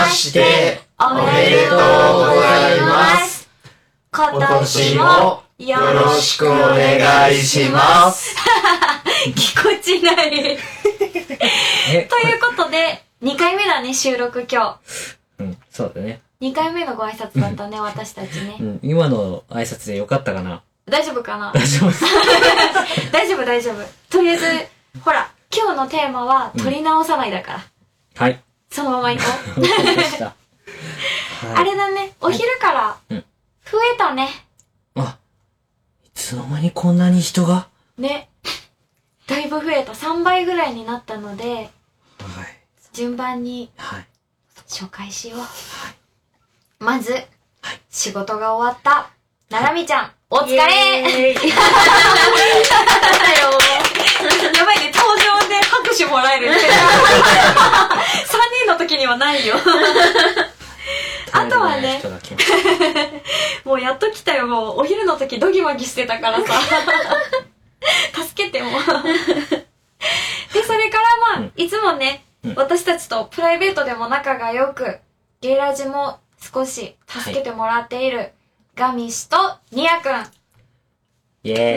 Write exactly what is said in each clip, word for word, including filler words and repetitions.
しておめでとうございます。今年もよろしくお願いします。 ぎこちない。ということで、にかいめだね、収録今日。うん、そうだね。 にかいめのご挨拶だったね、私たちね。 うん、今の挨拶でよかったかな？ 大丈夫かな？ 大丈夫。 大丈夫、大丈夫。とりあえず、ほら、今日のテーマは、取り直さないだから。うん、 はい。 そのまま行こう。はい、あれだね、お昼から、増えたね。 あ、いつの間にこんなに人が？ ね。だいぶ増えた。さんばいぐらいになったので、はい、順番に、紹介しよう。はい、まず、はい、仕事が終わった、ななみちゃん、お疲れー。やばいね、登場で拍手もらえるって。さんにんの時にはないよ。あとはね、もうやっと来たよ。もうお昼の時ドギマギしてたからさ。助けても。で、それからまあ、うん、いつもね、うん、私たちとプライベートでも仲が良く、ゲイラジも少し助けてもらっている、はい、ガミシとニヤくん。 イェーイ。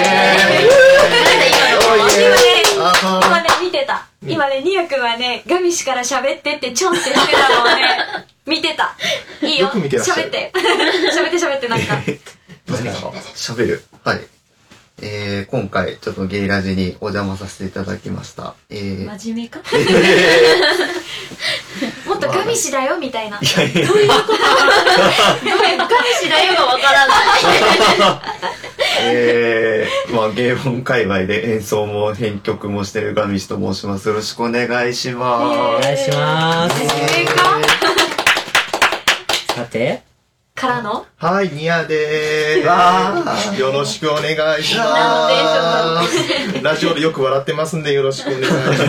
今ね、見てた。今ね、ニヤくんはね、ガミシから喋ってってちょんってしてたのをね、見てた。いいよ。喋って。喋って喋ってなんか。 喋る。はい。えー、今回ちょっとゲイラジにお邪魔させていただきました。えー、 真面目かもっとガミシだよみたいな。 いやいやどういうことごめん、ガミシだよがわからない。 えー、まあゲイボン界隈で演奏も編曲もしてるガミシと申します。よろしくお願いします。 お願いします。 真面目かさてからのはい、ニヤでーす。よろしくお願いします。ラジオでよく笑ってますんでよろしくお願いします。あ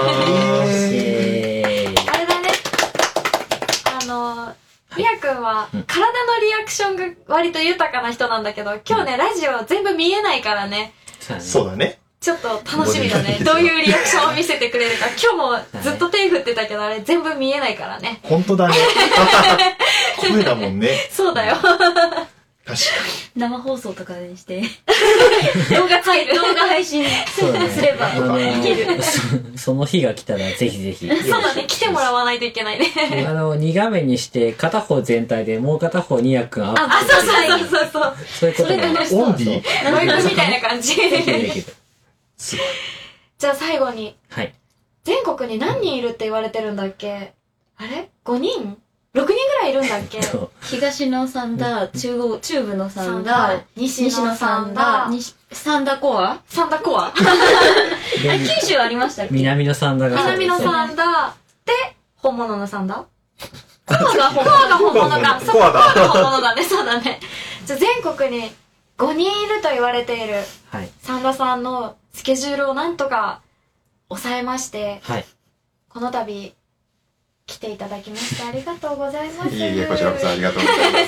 れだね。あの、リアくんは体のリアクションが割と豊かな人なんだけど、今日ね、ラジオ全部見えないからね。 そうだね。 ちょっと楽しみだね。どういうリアクションを見せてくれるか。今日もずっと手振ってたけど、あれ全部見えないからね。 本当だね。声だもんね。 そうだよ。 確かに。 生放送とかにして。 動画入る。 動画配信すればいける。 その日が来たらぜひぜひ。 そうだね。来てもらわないといけないね。 あの、に画面にして片方全体でもう片方にやくんアップ。 あ、そうそうそうそう。 そういうことね。 オンリーノイズみたいな感じ。 できるできる。 すごい。 じゃあ最後に。 はい。 全国に何人いるって言われてるんだっけ？あれ ?ご 人 ?ろく 人ぐらいいるんだっけ？ 東野さんだ、中央、中部のさんだ、 西野さんだ、 サンダコアサンダコアあ、 九州ありましたっけ？ 南のサンダが南のサンダで、本物のサンダコアが本物が本物か。 コアだ。 コアが本物だね。そうだね。じゃあ全国にごにんいると言われている、はい、サンダさんのスケジュールをなんとか抑えまして、はい、この度来ていただきましてありがとうございます。 いえいえ、こちらこそありがとうございます。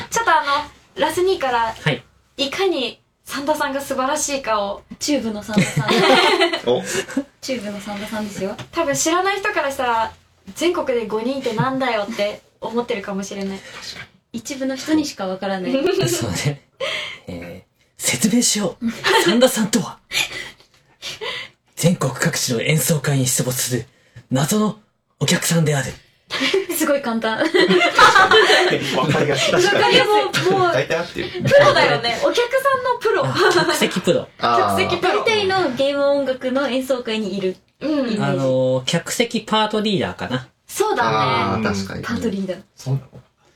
ちょっとあの、ラスにから、はい、いかにサンダさんが素晴らしいかを。 チューブのサンダさん。 おチューブのサンダさんですよ。 多分知らない人からしたら、全国でごにんってなんだよって思ってるかもしれない。 一部の人にしかわからない。 そうね。えー、説明しよう。サンダさんとは、全国各地の演奏会に出没する謎のお客さんである。 すごい簡単。わかりやすい。わかりやすい。もう、 大体合ってる。 プロだよね。お客さんのプロ。 客席プロ。 客席プロ。 大体のゲーム音楽の演奏会にいる。 うん。 あのー、客席パートリーダーかな。 そうだね。 ああ、確かに。 パートリーダー。 そうなの？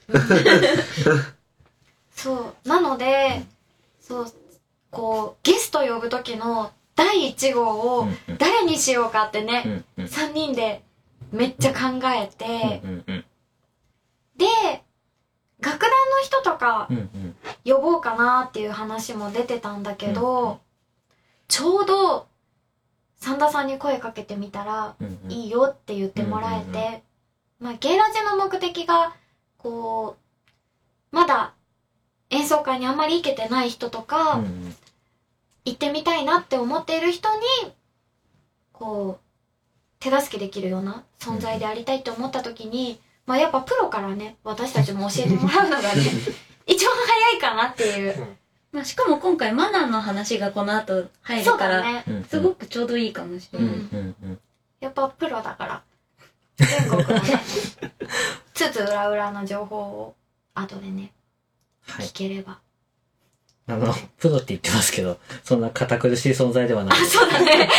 そう。なので、そう、こう、ゲスト呼ぶ時のだいいち号を誰にしようかってね、うんうん、さんにんでめっちゃ考えて、うんうんうん、で、楽団の人とか呼ぼうかなっていう話も出てたんだけど、うんうん、ちょうど、サンダさんに声かけてみたら、うんうん、いいよって言ってもらえて、うんうんうん、まあ、ゲイラジの目的が、こう、まだ演奏会にあんまり行けてない人とか、うんうん、行ってみたいなって思っている人に、こう、手助けできるような存在でありたいと思った時に、 まあやっぱプロからね、私たちも教えてもらうのがね、一番早いかなっていう。 まあ、しかも今回マナーの話がこの後入るそうから、 だね。 すごくちょうどいいかもしれない。 うんうんうん。 やっぱプロだから、全国のね、つつ裏裏の情報を後でね、 はい。 聞ければ。 あの、プロって言ってますけど、そんな堅苦しい存在ではない。 あ、そうだね。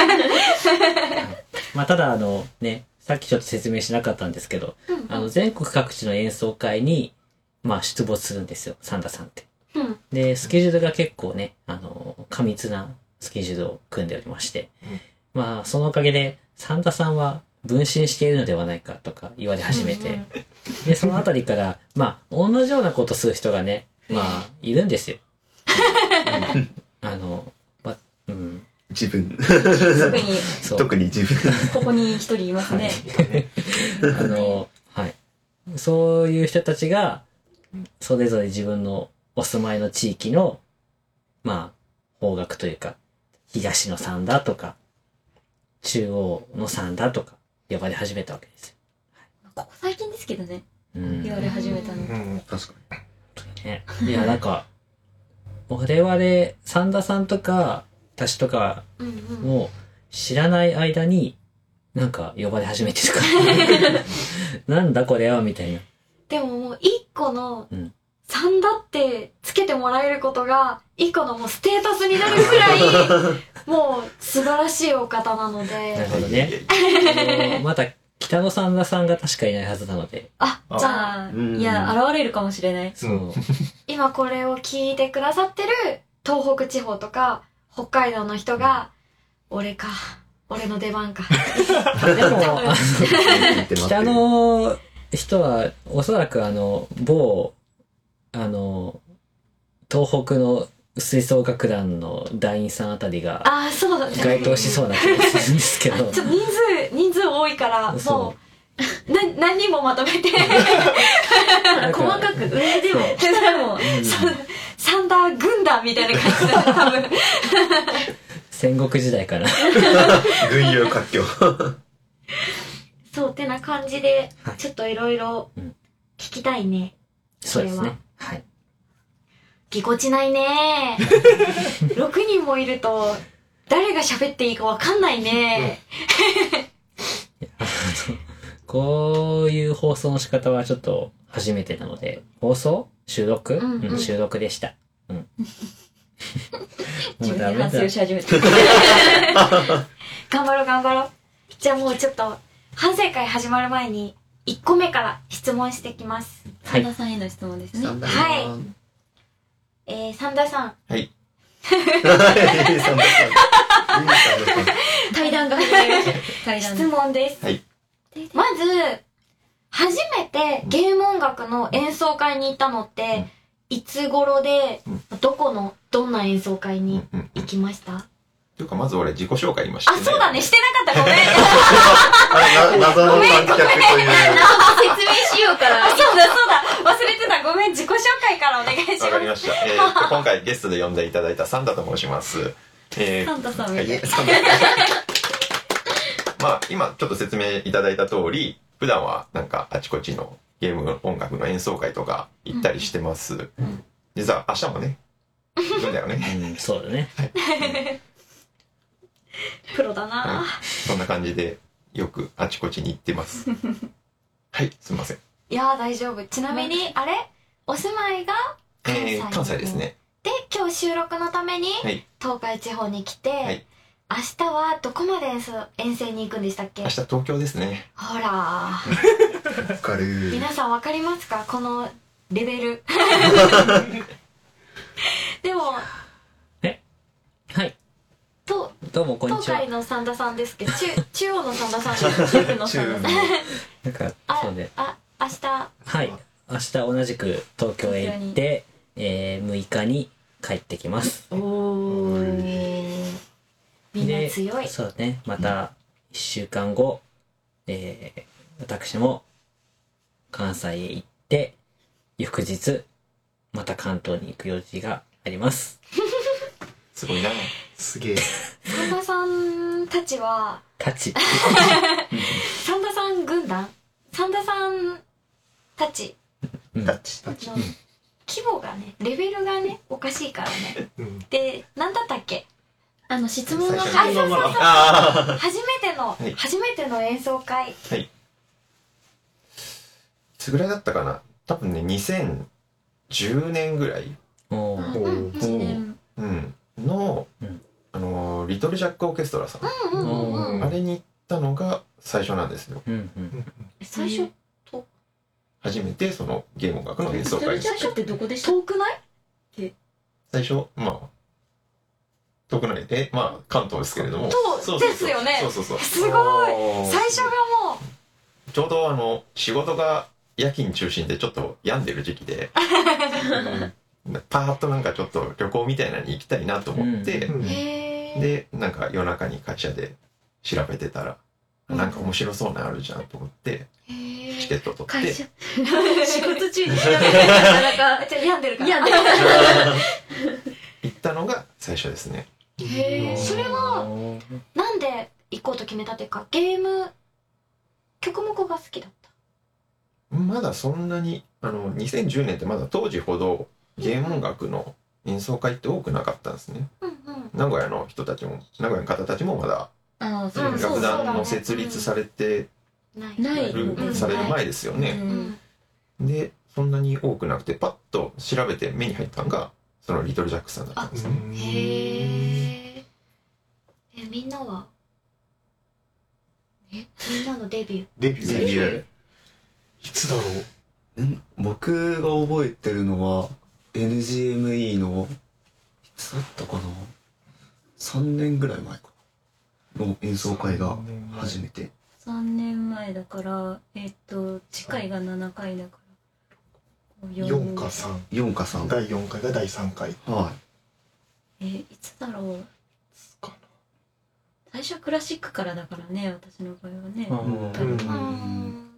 まあ、ただあの、ね、さっきちょっと説明しなかったんですけど、 うんあの、全国各地の演奏会に、まあ、出没するんですよ、サンタさんって。 うん。 で、スケジュールが結構ね、あの、過密なスケジュールを組んでおりまして、まあ、そのおかげで、サンタさんは分身しているのではないかとか言われ始めて、 うんうんで、そのあたりから、まあ、同じようなことする人がね、まあ、いるんですよ。あの、ま、うん。 自分。 特に、 そう。 特に自分。 ここに一人いますね。 あの、はい。そういう人たちが、それぞれ自分のお住まいの地域の、まあ、方角というか、東の山だとか、中央の山だとか、呼ばれ始めたわけですよ。 ここ最近ですけどね、 うん。 言われ始めたの。 うん、確かね、いや、なんか、我々、三田さんとか、私とかうんうん。 も知らない間に、なんか呼ばれ始めてるから。なんだこれはみたいな。 でももう一個のうんさんだってつけてもらえることが一個のもうステータスになるくらいもう素晴らしいお方なのなるで、 ほどね。あのまた、北野三田さんが確かいないはずなので。 あ、じゃあああ、 うんいや、現れるかもしれない。 そう。 今これを聞いてくださってる東北地方とか北海道の人が、俺か、俺の出番か。 でも、あのに。 北の人は、おそらくあの、某、あの、東北の吹奏楽団の団員さんあたりが、 ああ、そうだね。 該当しそうな気がするんですけど。 ちょっと人数、人数多いから、も、 そうな、何人もまとめて、 なん細かく上でも、下でも、 うんサンダー軍団みたいな感じだね、多分。 戦国時代かな。 軍友割拠。 そう、てな感じではい、 ちょっといろいろうん聞きたいね。 そうですそれはね。はい。 ぎこちないね。ろくにんもいると、誰が喋っていいかわかんないね。 あのこういう放送の仕方はちょっと初めてなので、放送収録、 うんうん収録でした。うん。 自分でもうダメだ反省し始めた。 頑張ろう頑張ろう。じゃあもうちょっと、反省会始まる前に、いっこめから質問してきます。 はい神田さんへの質問ですね。 はいえー、三田さん。 はい。サンダさん。サンダさ対談が始まりました。対談質問です。 はいまず、初めてゲーム音楽の演奏会に行ったのって、いつ頃で、どこの、どんな演奏会にうんうん行きましたというか、まず俺自己紹介今してあ、 ない。 そうだね、してなかった、ごめん。 あれ、な謎の観客という。 説明しようから。 あ、そうだ、そうだ、忘れてた、ごめん、自己紹介からお願いします。 わかりました。えーと、今回ゲストで呼んでいただいたサンダと申します。えーサンタさんはい、 みたい。 サンダまあ、今ちょっと説明いただいた通り、普段はなんかあちこちのゲーム音楽の演奏会とか行ったりしてます。実は明日もね、行くんだよね。 うん、そうだね。 プロだな、 はい、そんな感じでよくあちこちに行ってます。はい、すみません。 いやー、大丈夫。ちなみに、あれお住まいが関西,、 えー、関西ですね。 で、今日収録のために、 はい。 東海地方に来て、 はい明日はどこまで遠征遠征に行くんでしたっけ明日東京ですね。 ほらわかるー。皆さんわかりますかこのレベル。でも、 はい。 と、 どうも、こんにちは東海。の三田さんですけど、中、中央の三田さん。 中部のサンタさん。 なんか、 あそうね。 あ、明日、 はい。明日同じく東京へ行って、えー、むいかに帰ってきます。 おー。みんな強いで。そうね。また、いっしゅうかんご、えー、私も関西へ行って、翌日、また関東に行く用事があります。 すごいな。 すげえ。 三田さんたちは、 たち。 三田さん軍団サンダさんたちうんタッチタッチの規模がねレベルがねおかしいからね。 うんでなんだったっけ、 あの質問が最初あそうそうそうあ初めての、 はい初めての演奏会。 はいいつぐらいだったかな、多分ねにせんじゅうねんぐらい、 おーーおーいちねんうん、の、 うんあのーリトルジャックオーケストラさん、 うんうんうんうん。 あれに行ったのが最初なんですよ。 うんうん最初初めてそのゲーム音楽の演奏会にリトルジャックってどこでした？ 遠くない？ 最初まあ遠くないえまあ関東ですけれども、 そうそうそうそうですよねそうそうそうすごい。最初がもちょうどあの仕事が夜勤中心でちょっと病んでる時期でパーッとなんかちょっと旅行みたいなのに行きたいなと思って、 うんうへえ。 でなんか夜中に会社で調べてたら、なんか面白そうなのあるじゃんと思ってへえ。 チケット取って会社仕事中に調べてなかなかあじゃあ病んでるから。 病んでる行ったのが最初ですね。 へえ。それはおーなんで行こうと決めたっていうか、ゲーム曲目が好きだった。 まだそんなにあのにせんじゅうねんってまだ当時ほどゲーム音楽の演奏会って多くなかったんですね。 うんうん。 名古屋の人たちも名古屋の方たちもまだああそううんそう楽団の設立されてない。 ないる、 うんされる前ですようね。 うんん。 でそんなに多くなくてパッと調べて目に入ったのがそのリトルジャックさんだったんですね。 へえ。えみんなはえみんなのデビュー。 デビューデビューいつだろう。 ん僕が覚えてるのは エヌジーエムイー のいつだったかなさんねんぐらい前かの演奏会が初めて。 さんねんまえだからえっと次回がななかいだからよんかさん。 よんかさん。 だいよんかいがだいさんかいはえいつだろう。 か最初はクラシックからだからね、私の場合はね。 あい。 ーな。 ううんん。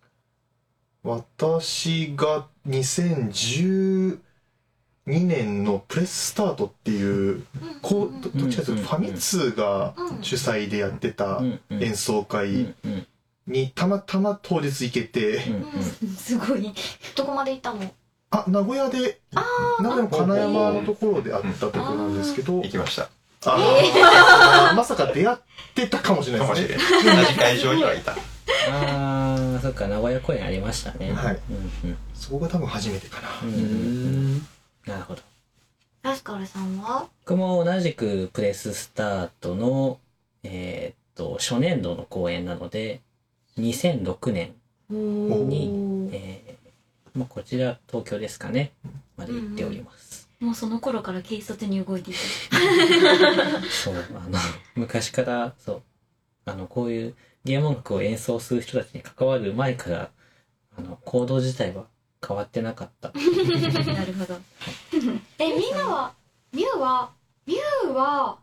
私がにせんじゅうにねんのプレススタートっていうこうどどっちかというとファミ通が主催でやってたうんうん演奏う会んうんにたまたま当日行けて、 うんうんすごい。 どこまで行ったの？ あ名古屋で名古屋の金山のところであったところなんですけど、 行きました。 あーまさか出会ってたかもしれかもしないですね。 れない。同じ会場にはいた。 ああそっか名古屋公演ありましたね。 はいうんうんそこが多分初めてかな。 うんううんん。 なるほど。 ラスカルさんは？ 僕も同じくプレススタートのえーっと初年度の公演なのでにせんろくねおん、 ーえーまあ、こちら東京ですかねまで行っております。 もうその頃から軽率に動いていた。 そうあの昔からそうあのこういうゲーム音楽を演奏する人たちに関わる前からあの行動自体は変わってなかった。 なるほど。 えみんなはミュウはミュウは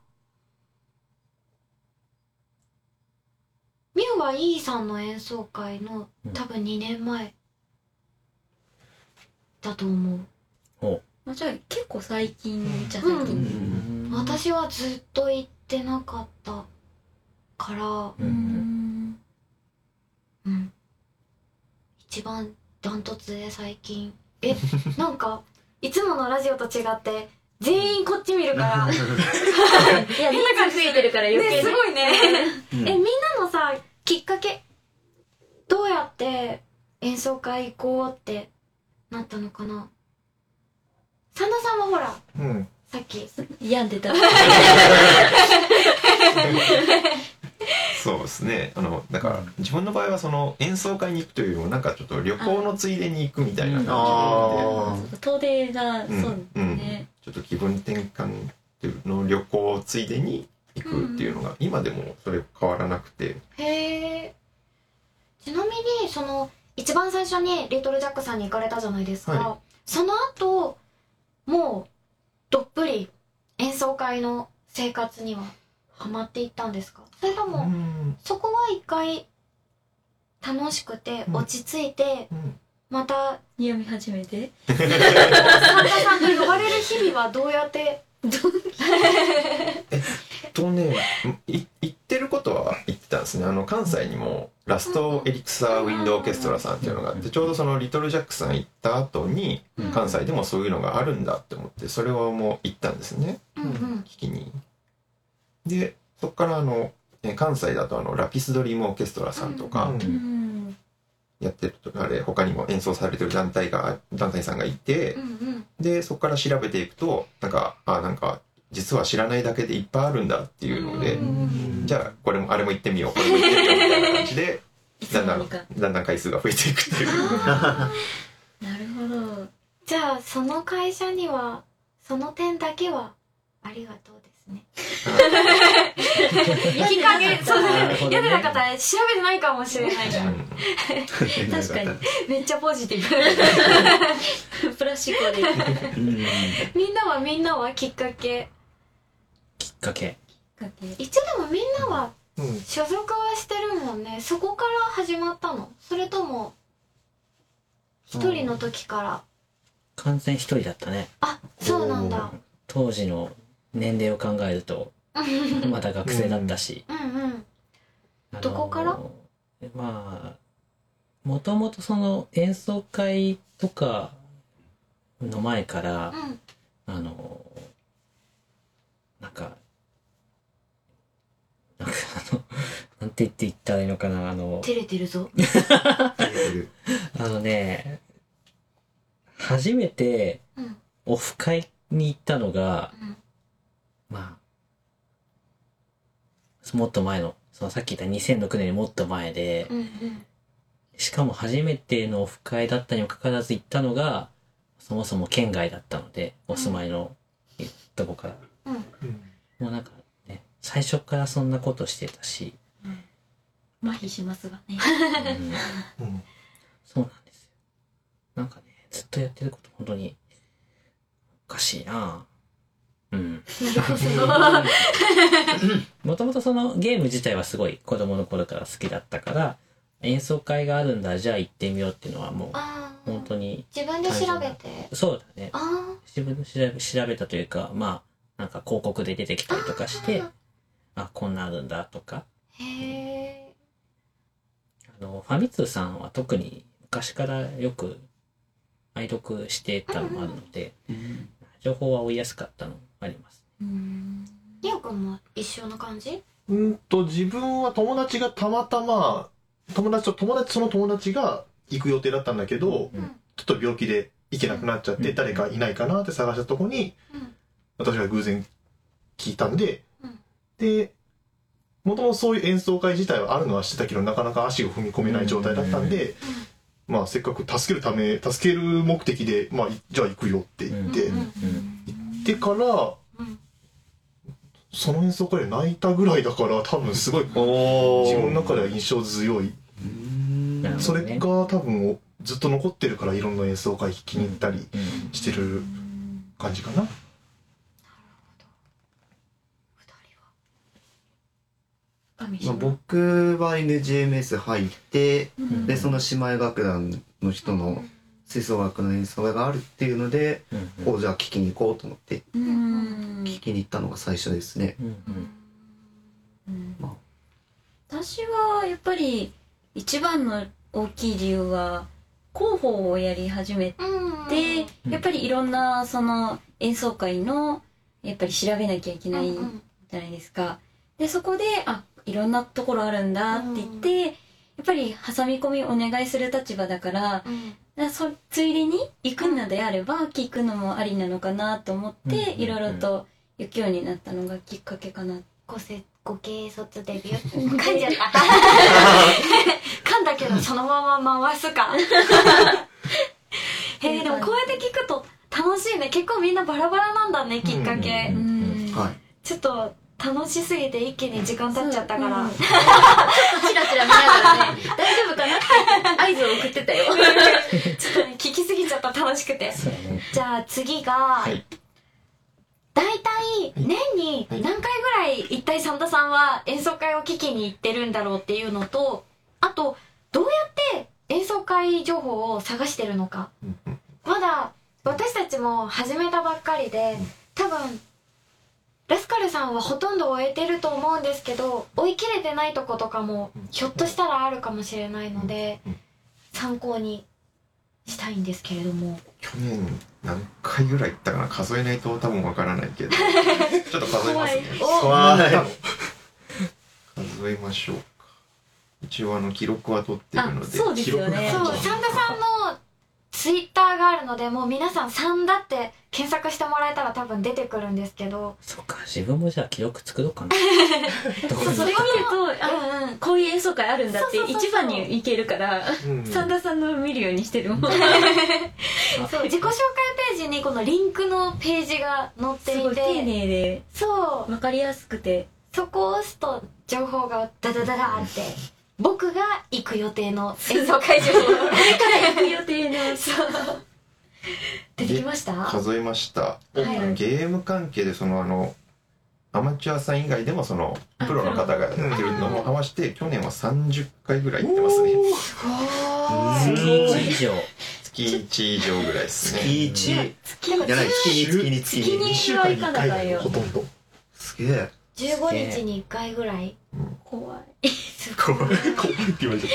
ミュウはイーさんの演奏会の多分にねんまえだと思う。 おまあ、じゃあ結構最近じゃうん最近。 うん私はずっと行ってなかったから、 ううんん。 うん、一番ダントツで最近えなんかいつものラジオと違って全員こっち見るからいや、人数増えてるから余計ねすごいねうんえみんなのさきっかけどうやって演奏会行こうってなったのかな。真田さんはほらうん。 さっき病んでた。 そうですね。あのだから自分の場合はその演奏会に行くというよりもなんかちょっと旅行のついでに行くみたいな感じで、 あ遠出が、 うんそうね。 ちょっと気分転換っていうの旅行ついでに行くっていうのが、今でもそれ変わらなくて、 へえ。ちなみにその一番最初にリトルジャックさんに行かれたじゃないですか、 はその後もうどっぷり演奏会の生活にはハマっていったんですか？それとも、 うんそこは一回楽しくてうん落ち着いて、 うんまた読み始めて。 サンタさんと呼ばれる日々はどうやってとねい言ってることは言ってたんですですね。あの関西にもラストエリクサーウィンドオーケストラさんっていうのがあって、ちょうどそのリトルジャックさん行った後に関西でもそういうのがあるんだって思って、それをもう行ったんですね、 うんうん聞きに。でそこからあの関西だとあのラピスドリームオーケストラさんとかうんうんやってると、あれ他にも演奏されてる団体が団体さんがいて、 うんうんでそこから調べていくとなんかあなんか実は知らないだけでいっぱいあるんだっていうので、 うんじゃあこれもあれも行ってみようこれも行ってみようみたいな感じでいつだんだんの間にかだんだん回数が増えていくっていう。 あなるほど。 じゃあその会社にはその点だけはありがとうですね。いき加減そうなるほどね読んでなかったら調べてないかもしれないから確かにめっちゃポジティブプラス思考でうんみんなはみんなはきっかけきっかけ。 かけ一応でもみんなはうん所属はしてるもんね。そこから始まったの？それとも一人の時から？ 完全一人だったね。 あ、そうなんだ。 当時の年齢を考えるとまだ学生だったし、 うんうんあのどこからまあもともとその演奏会とかの前から、 うんあのなんかなんかあのなんて言って言ったらいいのかな、あの照れてるぞ。 あのね初めてうんオフ会に行ったのが、 うんまあもっと前のそのさっき言ったにせんろくねんにもっと前で、 うんうんしかも初めてのオフ会だったにもかかわらず行ったのがそもそも県外だったので、お住まいのとこからうんうんもうなんかね最初からそんなことしてたし、 麻痺しますがね。 うんうんそうなんですよ。なんかねずっとやってること本当におかしいな。うん。もともとそのゲーム自体はすごい子供の頃から好きだったから、演奏会があるんだじゃあ行ってみようっていうのはもうあー本当に自分で調べて。 そうだね。 あ自分で調べ調べたというか、まあなんか広告で出てきたりとかして、あこんなあるんだとか。 ーへえ。 あのファミ通さんは特に昔からよく愛読してたのもあるので、情報は追いやすかったのもあります。 うんりょうくんも一緒の感じ？ うんと自分は友達がたまたま友達と友達その友達が行く予定だったんだけど、 うんちょっと病気で行けなくなっちゃって、 うん誰かいないかなって探したとこに、 うん私が偶然聞いたんで、 うんでもともとそういう演奏会自体はあるのはしてたけどなかなか足を踏み込めない状態だったんで、まあせっかく助けるため助ける目的で、まあ、いじゃあ行くよって言って、 うんうん行ってからうんその演奏会で泣いたぐらいだから多分すごい自分の中では印象強い。 なるほそれどねが多分ずっと残ってるからいろんな演奏会聞きに行ったりうんしてる感じかな。 まあ、僕は エヌジーエムエス 入って、 んでその姉妹楽団の人の吹奏楽の演奏会があるっていうので、 うんこうじゃあ聞きに行こうと思ってうん聞きに行ったのが最初ですね。 うんうんうんまあ私はやっぱり一番の大きい理由は広報をやり始めうんて、やっぱりいろんなその演奏会のやっぱり調べなきゃいけないうんうんじゃないですか。でそこであいろんなところあるんだって言って、やっぱり挟み込みお願いする立場だから、 うんだからそついでに行くのであれば聞くのもありなのかなと思って、 うんいろいろと行くようになったのがきっかけかな。 ごせご軽率デビュー噛んじゃった噛んだけどそのまま回すかへえでもこうやって聞くと楽しいね。結構みんなバラバラなんだねきっかけ、 うんうんはい。 ちょっと楽しすぎて一気に時間経っちゃったから、 うんちょっとチラチラ見ながらね大丈夫かなって合図を送ってたよちょっとね聞きすぎちゃった楽しくて。 そうだね。 じゃあ次が、 いだいたい年に何回ぐらい一体サンタさんは演奏会を聞きに行ってるんだろうっていうのと、あとどうやって演奏会情報を探してるのか。まだ私たちも始めたばっかりで多分ラスカルさんはほとんど終えてると思うんですけど、追い切れてないとことかもひょっとしたらあるかもしれないので、参考にしたいんですけれども。 去年何回ぐらい行ったかな、数えないと多分わからないけどちょっと数えますね。 怖い。 数えましょうか。一応あの記録は取ってるので。 そうですよね。 そう、サンダさんのツイッターがあるので、もう皆さんサンダって検索してもらえたら多分出てくるんですけど。 そっか、自分もじゃあ記録作ろうかな。 そう、それを見ると、あ、うん、こういう演奏会あるんだって一番にいけるから、サンダさんの見るようにしてるもん。 そう、自己紹介ページにこのリンクのページが載っていて、 すごい丁寧で、 そう、 わかりやすくて、 そこを押すと情報がダダダダーって、僕が行く予定の演奏会場にこれから行く予定の、 そう出てきました？ 数えました。 はい、 ゲーム関係でそのあのアマチュアさん以外でもそのプロの方がやってるのも合わせて去年はさんじゅっかいぐらい行ってますね。 すご月いち以上。 月いち以上ぐらいですね。 月いちじゃない、月に月に月に月に週間にいっかいだよ、ほとんど。 すげえ。 じゅうごにちにいっかいぐらい。 怖い。 怖い怖いって言われちゃった。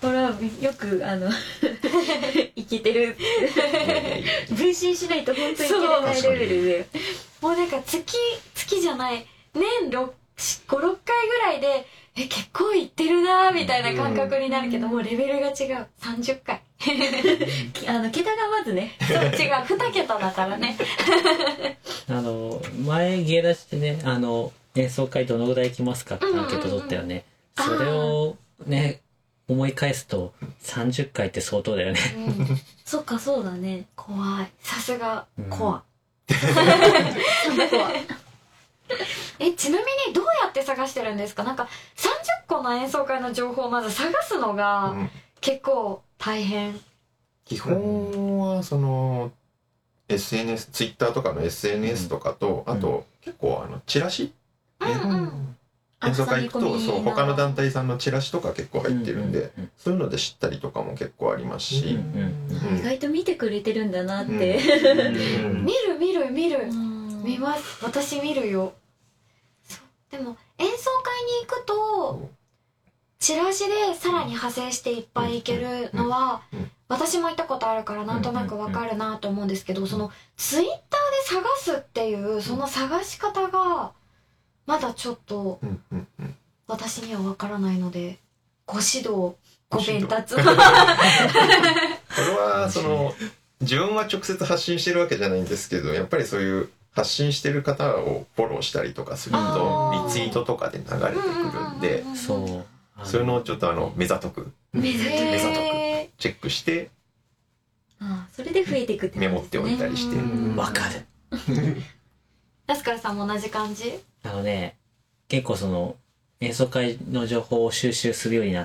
これはよくあのイケてる分身しないと本当にいけれないレベルで、 もうなんか月月じゃない年ごろっかいぐらいでえ結構いってるなーみたいな感覚になるけど、もうレベルが違う。さんじゅっかいあの桁がまずね、 そう違う、にけただからね。 あの前芸出してね、あの演奏会どのぐらい行きますかってアンケート取ったよね。それをね思い返すとさんじゅっかいって相当だよね。 うん、 そっか、そうだね。 怖い。さすがコア。 サンダコア。 え、ちなみにどうやって探してるんですか？なんかさんじゅっこの演奏会の情報をまず探すのが結構大変。 基本はその エスエヌエス、ツイッターとかの エスエヌエス とかと、あと結構あのチラシ、演奏会行くとそう他の団体さんのチラシとか結構入ってるんで、そういうので知ったりとかも結構ありますし、 意外と見てくれてるんだなって。 見る見る見る見ます。私見るよ。でも演奏会に行くとチラシでさらに派生していっぱい行けるのは私も行ったことあるからなんとなくわかるなと思うんですけど、そのツイッターで探すっていうその探し方がまだちょっと私にはわからないので、ご指導ご鞭達。これはその自分は直接発信してるわけじゃないんですけど、やっぱりそういう発信してる方をフォローしたりとかするとリツイートとかで流れてくるんで、 そうそういうのをちょっとあの目ざとく目ざとくチェックしてああ、それで増えていくってメモっておいたりして。 わかる。 ラスカルさんも同じ感じ？ あのね、結構その演奏会の情報を収集するようになって、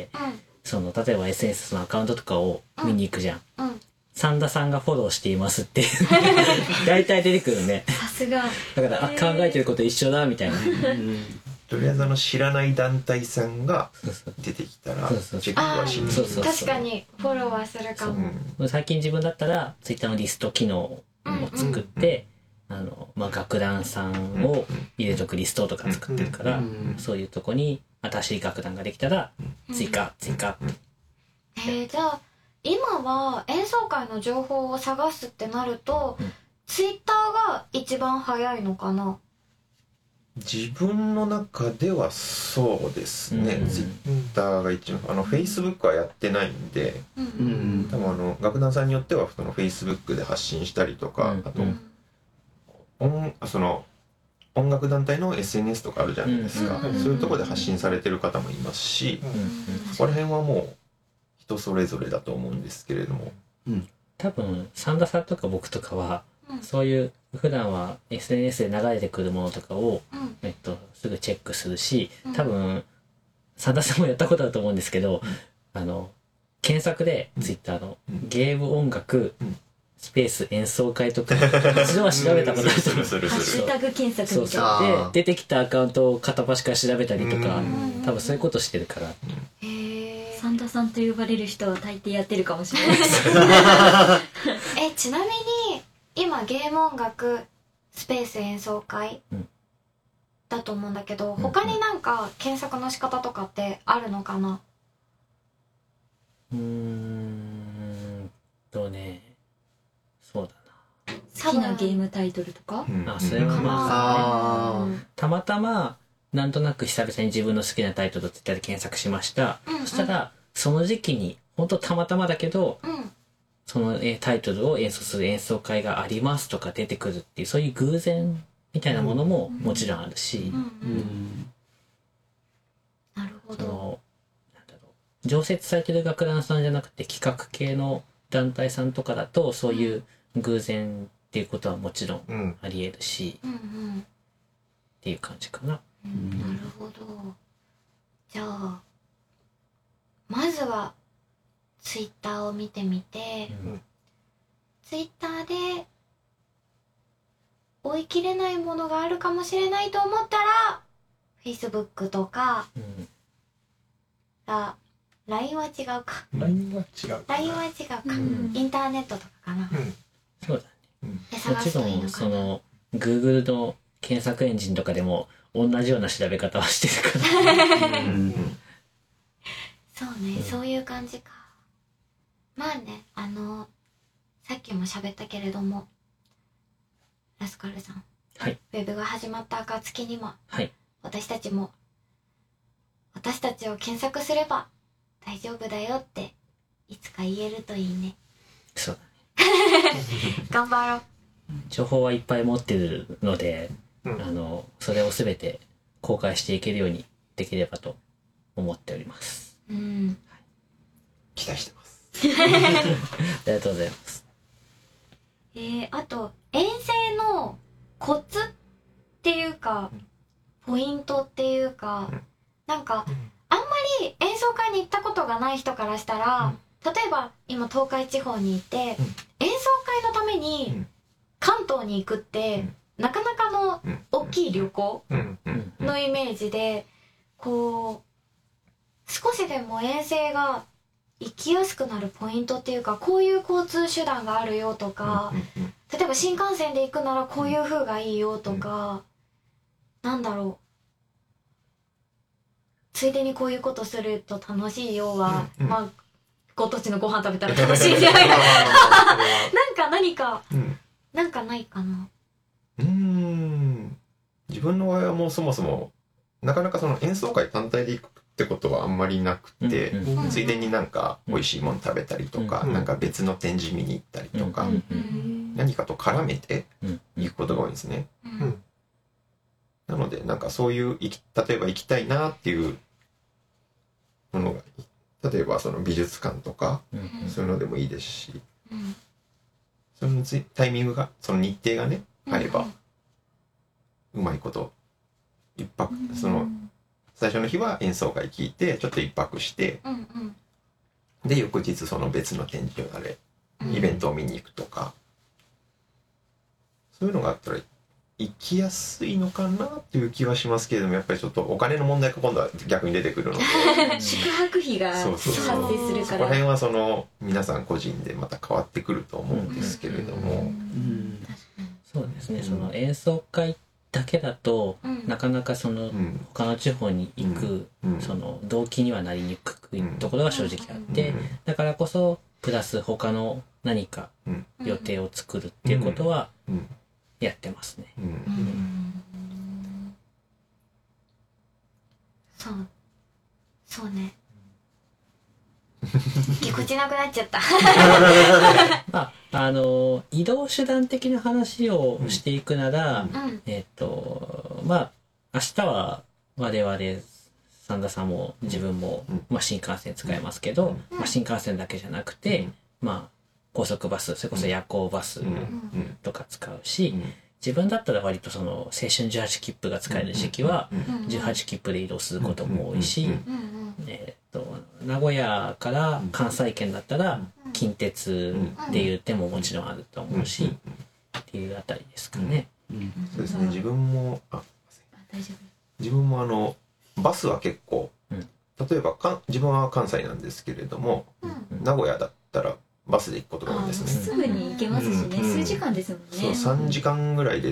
うん、 その例えば エスエヌエス のアカウントとかを見に行くじゃん。 うんうんサンダさんがフォローしていますって大体出てくるね。 さすが。 だからあ考えてること一緒だみたいな。 とりあえずあの知らない団体さんが出てきたらチェックはしに行く。 確かにフォローはするかも。 最近自分だったらツイッターのリスト機能を作って、あのまあ、楽団さんを入れとくリストとか作ってるから、そういうとこに新しい楽団ができたら追加追加。 えー、じゃあ今は演奏会の情報を探すってなると、うん、ツイッターが一番早いのかな？ 自分の中ではそうですね、うん、ツイッターが一番、あのフェイスブックはやってないんで、うん、多分あの楽団さんによってはそのフェイスブックで発信したりとか、うん、あと、うん、音その音楽団体の エスエヌエス とかあるじゃないですか、うん、そういうところで発信されてる方もいますし、うん、そこら辺はもう人それぞれだと思うんですけれども、 うん、多分サンダさんとか僕とかは、うん、そういう普段は エスエヌエス で流れてくるものとかを、うんえっと、すぐチェックするし、多分サンダさんもやったことだと思うんですけど、うん、あの検索でツイッターの、うん、ゲーム音楽、うん、スペース演奏会とか一度は調べたことあると思う。ハッシュタグ検索みたいな。で出てきたアカウントを片っ端から調べたりとか、多分そういうことしてるから。 サンダさんと呼ばれる人は大抵やってるかもしれない。 えちなみに今ゲーム音楽スペース演奏会うんだと思うんだけど、 うん他になんか検索の仕方とかってあるのかな？ うーんとね、そうだ好きなゲームタイトルとか、 うんな。あ、それはまあ、 あうんたまたま、なんとなく久々に自分の好きなタイトルをツイッターで検索しました。 うんうんそしたら、その時期に、本当たまたまだけど、 うんそのえータイトルを演奏する演奏会がありますとか出てくるっていう、そういう偶然みたいなものももちろんあるし、 うんうーうんんなるほど。 その、なんだろう、常設されてる楽団さんじゃなくて企画系の団体さんとかだと、そういう偶然っていうことはもちろんうんあり得るし、 うんうんっていう感じかな。 うんなるほど。じゃあまずはツイッターを見てみて、 うんツイッターで追い切れないものがあるかもしれないと思ったら Facebook とかうんあ ライン は違うかライン は違うかなライン は違うか、 うんインターネットとかかな、 うんそうだね。 でも探すといいちろん、 のかな。 その、Google の検索エンジンとかでも同じような調べ方はしてるから。 うんそうね、 うんそういう感じか。まあね、あのさっきも喋ったけれどもラスカルさん、 はい。 ウェブが始まった暁にもはい。 私たちも私たちを検索すれば大丈夫だよっていつか言えるといいね。 そうだね。 頑張ろう。 情報はいっぱい持ってるので、 うんあの、それをすべて公開していけるようにできればと思っております。 うん期待してます。 ありがとうございます。 えー、あと遠征のコツっていうかポイントっていうか、なんかあんまり演奏会に行ったことがない人からしたら、例えば今東海地方にいて、演奏会のために関東に行くって、なかなかの大きい旅行うんうんのイメージで、こう少しでも遠征が行きやすくなるポイントっていうか、こういう交通手段があるよとか、例えば新幹線で行くならこういう風がいいよとか、なんだろう、ついでにこういうことすると楽しいよは、 うんうんまあご当地のご飯食べたら楽しいんじゃないかな。なんか何かうんなんかないかな。 うーん自分の場合はもうそもそもなかなかその演奏会単体で行くってことはあんまりなくて、 うんうんついでになんか美味しいもの食べたりとか、 うんなんか別の展示見に行ったりとか、 うんうん何かと絡めてうん行くことが多いんですね。 うんなのでなんかそういう行き例えば行きたいなっていうものが、例えばその美術館とかうんそういうのでもいいですし、 うんそのついタイミングがその日程がねあれば、うまいこと一泊その最初の日は演奏会聞いてちょっと一泊して、 うんうんで翌日その別の展示をあれうんイベントを見に行くとか、そういうのがあったら行きやすいのかなっていう気はしますけれども、やっぱりちょっとお金の問題が今度は逆に出てくるので宿泊費がそう発生そうそうするからそこら辺はその皆さん個人でまた変わってくると思うんですけれども、 うんそうですね、その演奏会だけだと、 うんなかなかそのうん他の地方に行く、 うんその動機にはなりにくいところが正直あって、 うんだからこそプラス他の何かうん予定を作るっていうことはうんやってますね。 うんうんそうそうねぎこちなくなっちゃったまあ、あの移動手段的な話をしていくなら、 うんえっとまあ明日は我々三田さんも自分も、 うんまあ、新幹線使えますけど、 うんまあ、新幹線だけじゃなくて、 うんまあ高速バスそれこそ夜行バスうんうんとか使うし、 うん自分だったら割とその青春じゅうはち切符が使える時期はうんじゅうはち切符で移動することも多いし、 うんうんうんえっと名古屋から関西圏だったらうん近鉄でいう手ももちろんあると思うし、 うんっていうあたりですかね。 うんそうですね、自分もああ大丈自分もあのバスは結構、 うん例えばかん自分は関西なんですけれども、 うん名古屋だったらバスで行くことが多いん夫。あですね。 すぐに行けますしね、 うん数時間ですもんね。 そうさんじかんぐらいでつ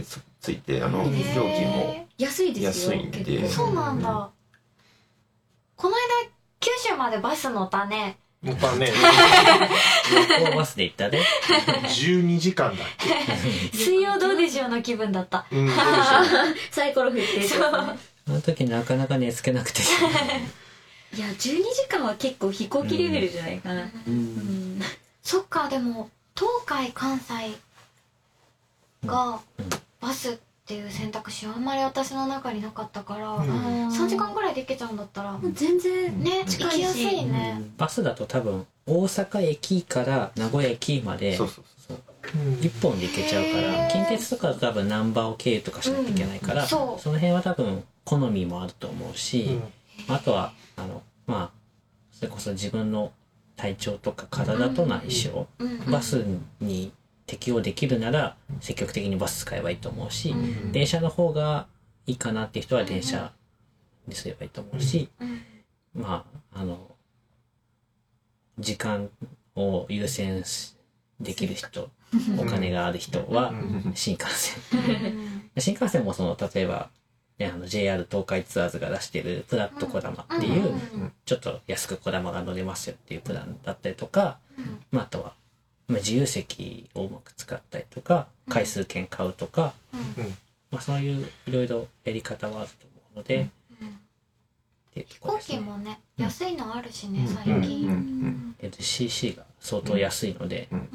ついて、あの料金も安いですよ。 安いんで結構そうなんだ。この間九州までバス乗ったね。 やっぱね旅行バスで行ったね。 じゅうにじかんだっけ。 水曜どうでしょうの気分だった。 うんどうでしょう。 サイコロ振ってそうあの時なかなか寝つけなくて。 いやじゅうにじかんは結構飛行機レベルじゃないかな。 ううんんそっか、でも東海関西がバスっていう選択肢はあんまり私の中になかったから、 うんさんじかんぐらいで行けちゃうんだったら、 もう全然ね、 近いし行きやすいね。 バスだと多分大阪駅から名古屋駅までそうそうそう一本で行けちゃうかへーら、近鉄とかだと多分難波を経由とかしなきゃいけないから、 うんそうその辺は多分好みもあると思うし、あとはあのまあそれこそ自分の体調とか体との相性、 うんうんバスに適応できるなら積極的にバス使えばいいと思うし、 うん電車の方がいいかなっていう人は電車にすればいいと思うし、 うんまああの時間を優先できる人、お金がある人は新幹線。新幹線もその例えば、ね、あの ジェイアール 東海ツアーズが出しているプラットこだまっていう、ちょっと安くこだまが乗れますよっていうプランだったりとか、まあ、あとは、まあ、自由席をうまく使ったりとか回数券買うとか、まあ、そういういろいろやり方はあると思うので、っていうと飛行ころですね。 機もね、安いのあるしね、最うん近。 うんえっと シーシー が相当安いので、 うん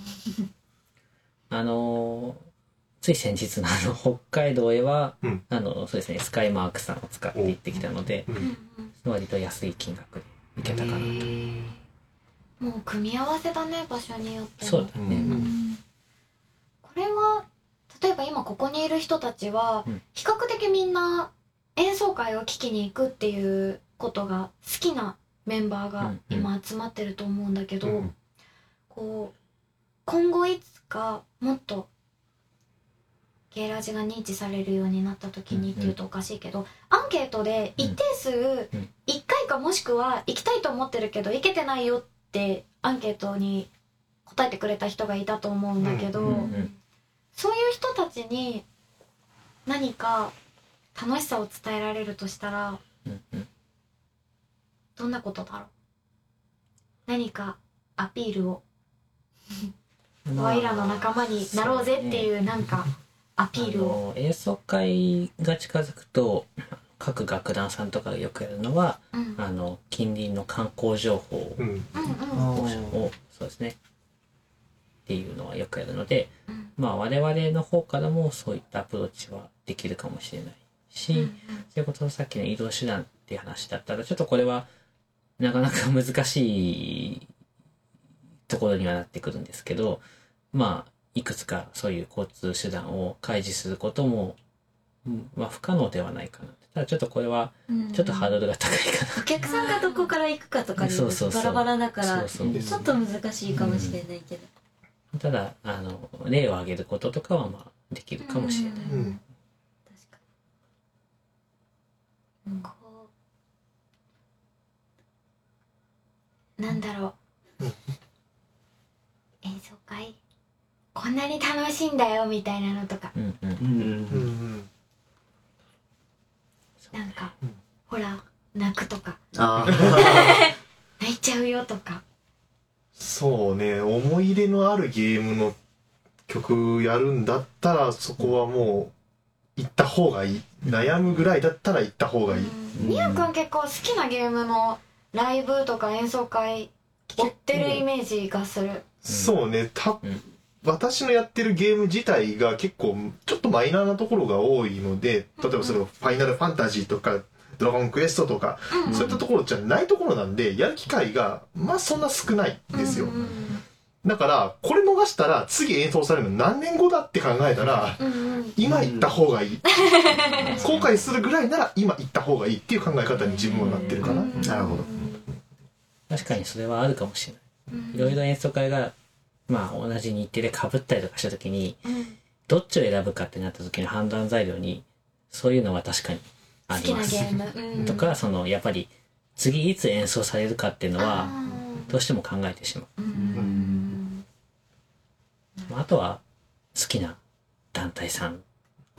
あのーつい先日のあの北海道へは、 うんあのそうですねスカイマークさんを使って行ってきたので、 うんうん割と安い金額で行けたかなと。 もう組み合わせだね、場所によっても。 そうだね。 うんこれは例えば今ここにいる人たちは、 うん比較的みんな演奏会を聴きに行くっていうことが好きなメンバーが今集まってると思うんだけど、 うんこう今後いつかもっとゲイラジが認知されるようになった時にっていうとおかしいけど、アンケートで一定数いっかいかもしくは行きたいと思ってるけど行けてないよってアンケートに答えてくれた人がいたと思うんだけど、 うんうんそういう人たちに何か楽しさを伝えられるとしたらうんうんどんなことだろう。何かアピールを、 まあワイらの仲間になろうぜっていうなんかアピールを。 あの演奏会が近づくと各楽団さんとかがよくやるのは、 うんあの近隣の観光情報うんうんうんを、そうですねっていうのはよくやるので、 うんまあ我々の方からもそういったアプローチはできるかもしれないし、 うんそれこそさっきの移動手段っていう話だったらちょっとこれはなかなか難しいところにはなってくるんですけど、まあいくつかそういう交通手段を開示することも、うんまあ、不可能ではないかな。ただちょっとこれはちょっとハードルが高いかな。 お客さんがどこから行くかとかにそうそうそうバラバラだからそうそうちょっと難しいかもしれないけど、 ただあの例を挙げることとかはまあできるかもしれない。 うんうん確かに、うんこうなんだろう演奏会こんなに楽しいんだよみたいなのとか、 うんうんうんうんなんか、 うんほら泣くとかあ泣いちゃうよとか。 そうね、思い入れのあるゲームの曲やるんだったらそこはもう行った方がいい。悩むぐらいだったら行った方がいい。 みやくん結構好きなゲームのライブとか演奏会やってるイメージがする。 そうね、た、 うん私のやってるゲーム自体が結構ちょっとマイナーなところが多いので、例えばそれをファイナルファンタジーとかドラゴンクエストとか、 うんそういったところじゃないところなんで、やる機会がまあそんな少ないんですよ。 うんだからこれ逃したら次演奏されるの何年後だって考えたら、 うんうん今行った方がいい。後悔するぐらいなら今行った方がいいっていう考え方に自分はなってるかな。 なるほど。 確かにそれはあるかもしれない。 うんいろいろ演奏会がまあ同じ日程で被ったりとかした時にうんどっちを選ぶかってなった時の判断材料にそういうのは確かにあ好きなります。 ゲーム、うんとかそのやっぱり次いつ演奏されるかっていうのはどうしても考えてしまう。 うんうんまああとは好きな団体さん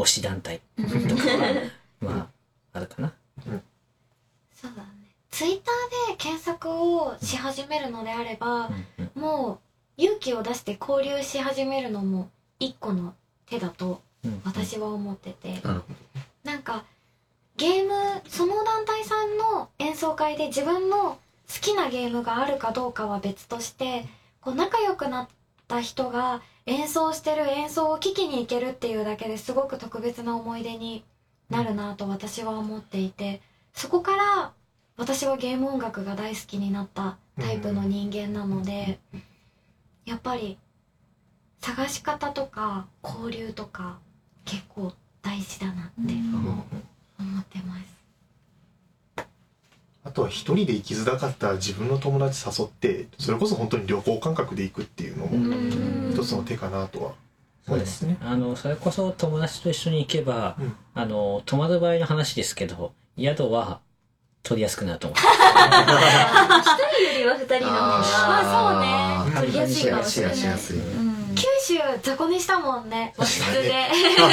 推し団体とかはまああるかな。 そうだね。ツイッターで検索をし始めるのであれば、もう勇気を出して交流し始めるのも一個の手だと私は思ってて、 なるほど。 なんかゲームその団体さんの演奏会で自分の好きなゲームがあるかどうかは別として、こう仲良くなった人が演奏してる演奏を聴きに行けるっていうだけですごく特別な思い出になるなと私は思っていて、そこから私はゲーム音楽が大好きになったタイプの人間なので、やっぱり探し方とか交流とか結構大事だなって思ってます。 あとは一人で行きづらかった自分の友達誘ってそれこそ本当に旅行感覚で行くっていうのも一つの手かなとはそうですね。あのそれこそ友達と一緒に行けば、うん、あの泊まる場合の話ですけど、宿は取りやすくなると思う。一人よりは二人の方が、 まあそうね、 取りやすいかもしれない。 九州雑魚寝したもんね、和室で。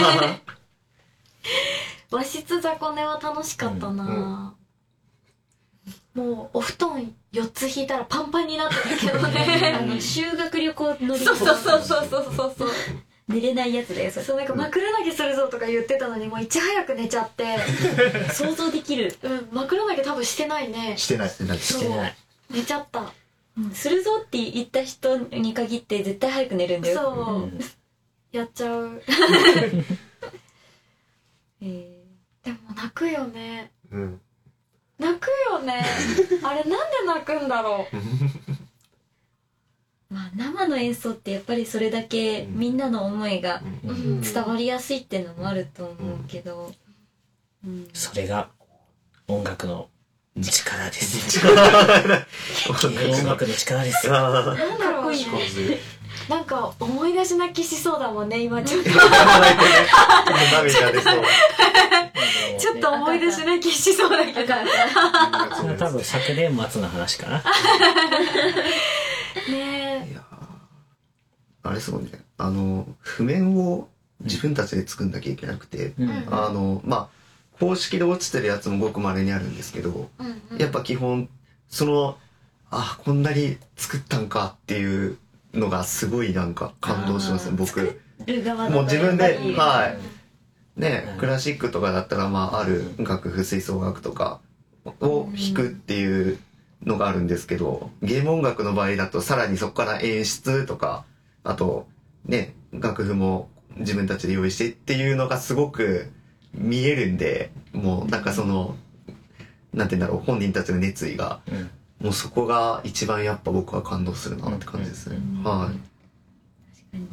和室雑魚寝は楽しかったな、うんうん、もうお布団よっつ引いたらパンパンになってたけどね。 あの修学旅行乗りそうそうそうそうそうそう寝れないやつだよ。 そう、なんか枕投げするぞとか言ってたのにもういち早く寝ちゃって想像できる。 うん、枕投げ多分してないね。 してないしてないしてない。 寝ちゃった、 うん、するぞって言った人に限って絶対早く寝るんだよ。 そう、 うん、 やっちゃう。えー、でも泣くよね。 うん泣くよね。あれなんで泣くんだろう。 まあ生の演奏ってやっぱりそれだけみんなの思いが伝わりやすいっていうのもあると思うけど、 うん、それが音楽の力です。音楽の力です。 なんだろうね。なんか思い出し泣きしそうだもんね今ちょっと。 涙出そう。 ちょっと思い出し泣きしそうだけど。 多分昨年末の話かな。 ねえ。 あれそうね。あの譜面を自分たちで作んなきゃいけなくて、うん、あのまあ公式で落ちてるやつもごく稀にあるんですけど、うんうん、やっぱ基本そのあこんなに作ったんかっていうのがすごいなんか感動しますね僕。もう自分ではいね、クラシックとかだったらまあある楽譜吹奏楽とかを弾くっていうのがあるんですけど、ゲーム音楽の場合だとさらにそこから演出とかあとね楽譜も自分たちで用意してっていうのがすごく見えるんで、もうなんかそのなんて言うんだろう本人たちの熱意が、うん、もうそこが一番やっぱ僕は感動するなって感じですね。はい。確かに。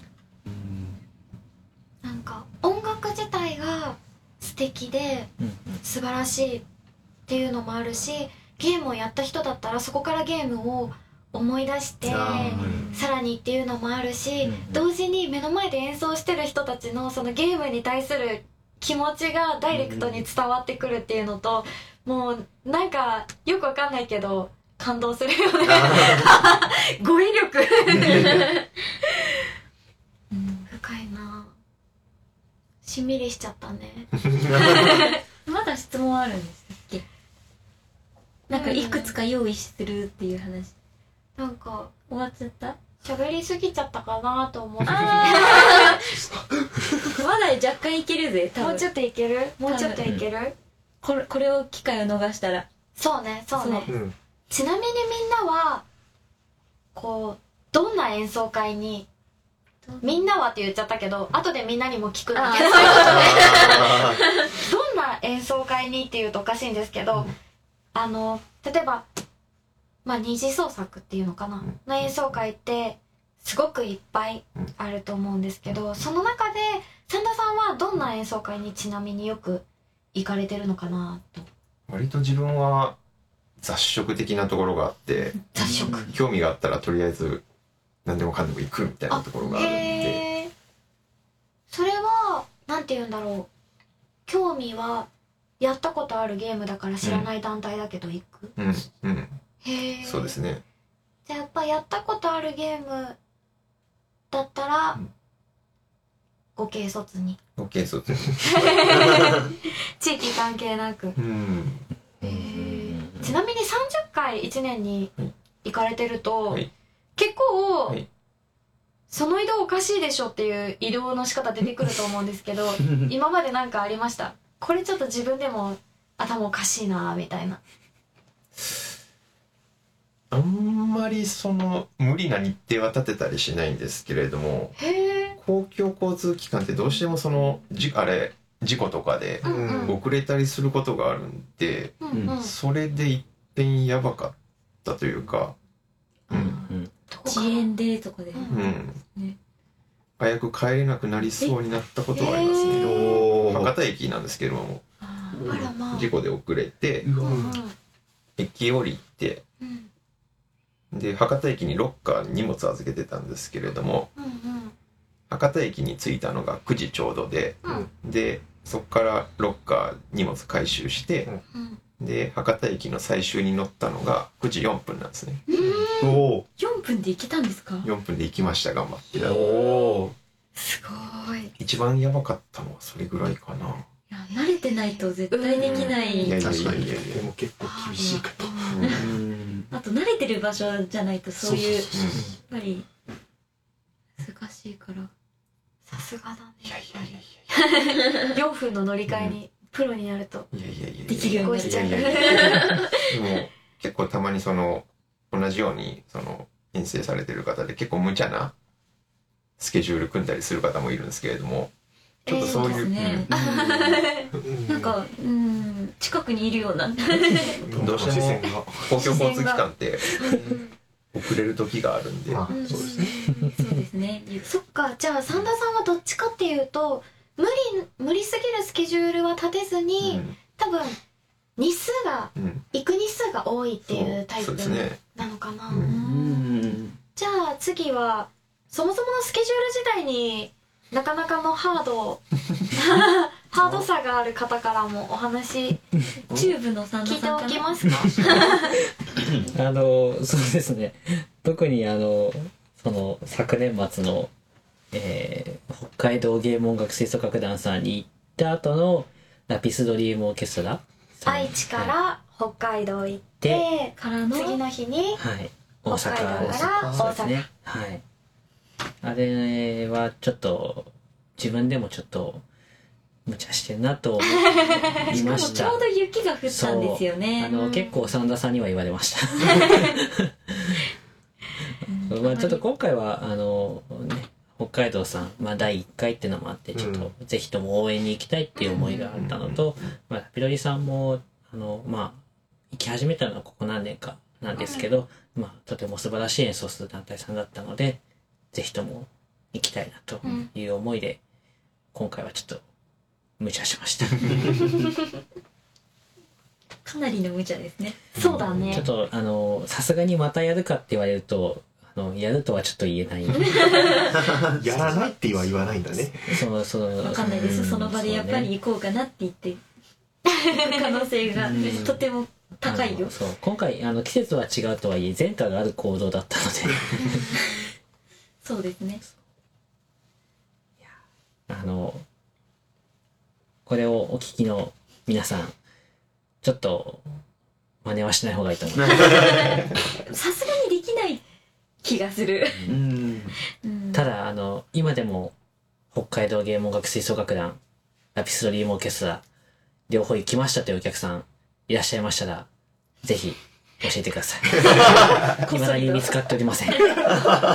なんか音楽自体が素敵で素晴らしいっていうのもあるし、ゲームをやった人だったらそこからゲームを思い出してさらにっていうのもあるし、同時に目の前で演奏してる人たちのそのゲームに対する気持ちがダイレクトに伝わってくるっていうのと、もうなんかよくわかんないけど感動するよね。語彙力。深いな。しんみりしちゃったね。 まだ質問あるんですっけ？なんかいくつか用意するっていう話。 なんか終わっちゃった？ 喋りすぎちゃったかなと思って。まだ若干いけるぜ。 もうちょっといける？もうちょっといける？ これこれを機会を逃したら。 そうねそうね。そうちなみにみんなはこうどんな演奏会にみんなはって言っちゃったけど後でみんなにも聞くんだけど、どんな演奏会にっていうとおかしいんですけど、うん、あの例えばまあ二次創作っていうのかな、うん、の演奏会ってすごくいっぱいあると思うんですけど、その中で三田さんはどんな演奏会にちなみによく行かれてるのかなと。 割と自分は雑食的なところがあって、 雑食興味があったらとりあえず何でもかんでも行くみたいなところがあるんで。 それはなんて言うんだろう、興味はやったことあるゲームだから知らない団体だけど行く。 うんうん。 へえ。 そうですね。 じゃあやっぱやったことあるゲームだったら、うん、 ご軽率にご軽率に地域関係なく、 うんへーちなみにさんじゅっかいいちねんに行かれてると、 はい、 結構、 はい、 その移動おかしいでしょっていう移動の仕方出てくると思うんですけど今まで何かありました？これちょっと自分でも頭おかしいなみたいな。 あんまりその無理な日程は立てたりしないんですけれども、 へー公共交通機関ってどうしてもそのじあれ事故とかでうんうん遅れたりすることがあるんで、 うんうん、 それでいっぺんやばかったというか、うんうん遅延でとかで、 うんね、 早く帰れなくなりそうになったことはありますね。 おー博多駅なんですけども、 あらまあ、 事故で遅れてうわうん駅降りて、 うんで博多駅にロッカーに荷物預けてたんですけれども、 うんうん博多駅に着いたのがくじちょうどで、 うんでそこからロッカー荷物回収して、 うんで博多駅の最終に乗ったのがくじよんぷんなんですね。 おおよんぷんで行けたんですか？ よんぷんで行きました。頑張って。 おーすごい。 一番やばかったのはそれぐらいかな。 いや慣れてないと絶対できない、 いやいやいや確かにいやいやでも結構厳しいかと。 うんあと慣れてる場所じゃないとそういうそうそうやっぱり難しいからさすがだね。 いやいやいやいよんぷんの乗り換えにプロになるとやいやいやいやできるようになっちゃういやいやいやいやでも結構たまにその同じようにその遠征されてる方で結構無茶なスケジュール組んだりする方もいるんですけれども、ちょっとそういう、 えーそうですねうんなんかうん近くにいるようなどうしても視線が公共交通機関って遅れる時があるんで、 まあそうですね。 そうですねそっか、じゃあ三田さんはどっちかっていうと無理無理すぎるスケジュールは立てずに、 うん多分日数がうん、 行く日数が多いっていうタイプそうですね。 なのかな、 うんうんじゃあ次はそもそものスケジュール時代になかなかのハードハードさがある方からもお話チューブの三田聞いておさんかなきますか？ あのそうですね、特にあのその昨年末の、えー北海道芸文学吹奏楽団さんに行った後のラピスドリームオーケストラさん愛知から北海道行っでてからの次の日にはい、大北海道阪からそうですね、はい、あれはちょっと自分でもちょっと無茶してるなと思いましちたょうど雪が降ったんですよねあの結構三田さんには言われましたまあちょっと今回はあのね北海道さん、まあ、だいいっかいっていうのもあってちょっとぜひとも応援に行きたいっていう思いがあったのと、まあ、ピロリさんもあのまあ行き始めたのはここ何年かなんですけど、まあとても素晴らしい演奏する団体さんだったのでぜひとも行きたいなという思いで、今回はちょっと無茶しましたかなりの無茶ですねそうだねちょっとあのさすがにまたやるかって言われるとあのやるとはちょっと言えないやらないっては言わないんだね。 そのそのわかんないです、 うんその場でやっぱり行こうかなって言って行く可能性がうんとても高いよあのそう今回あの季節は違うとはいえ前科がある行動だったのでそうですねあのこれをお聞きの皆さんちょっと真似はしない方がいいと思いますさすがにできない気がする、 うんうんただあの今でも北海道芸文学吹奏楽団ラピスドリームオーケストラ両方行きましたというお客さんいらっしゃいましたらぜひ教えてください未だに見つかっておりません意外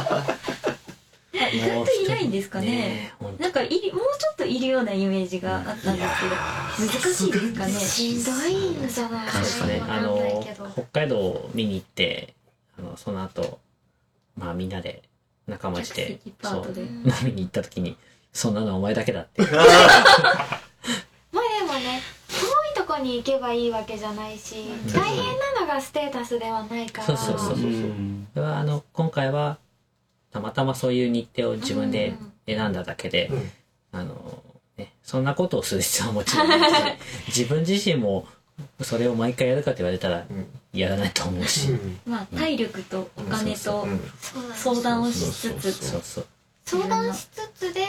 といないんですかねねえほんとなんかいりもうちょっといるようなイメージがあったんですけど難しいですかねしんどいんじゃないそうですねわかんあのないけど北海道を見に行ってあのその後まあみんなで仲間内で客席パートでそう飲みに行った時にそんなのお前だけだってまあでもね遠いとこに行けばいいわけじゃないし大変なのがステータスではないからそうそうそううんそれはあの今回はたまたまそういう日程を自分で選んだだけで、 うんあのね、そんなことをする必要はもちろんないし自分自身もそれを毎回やるかって言われたらやらないと思うし、 まあ体力とお金とうんそうだね相談をしつつそうそう相談しつつで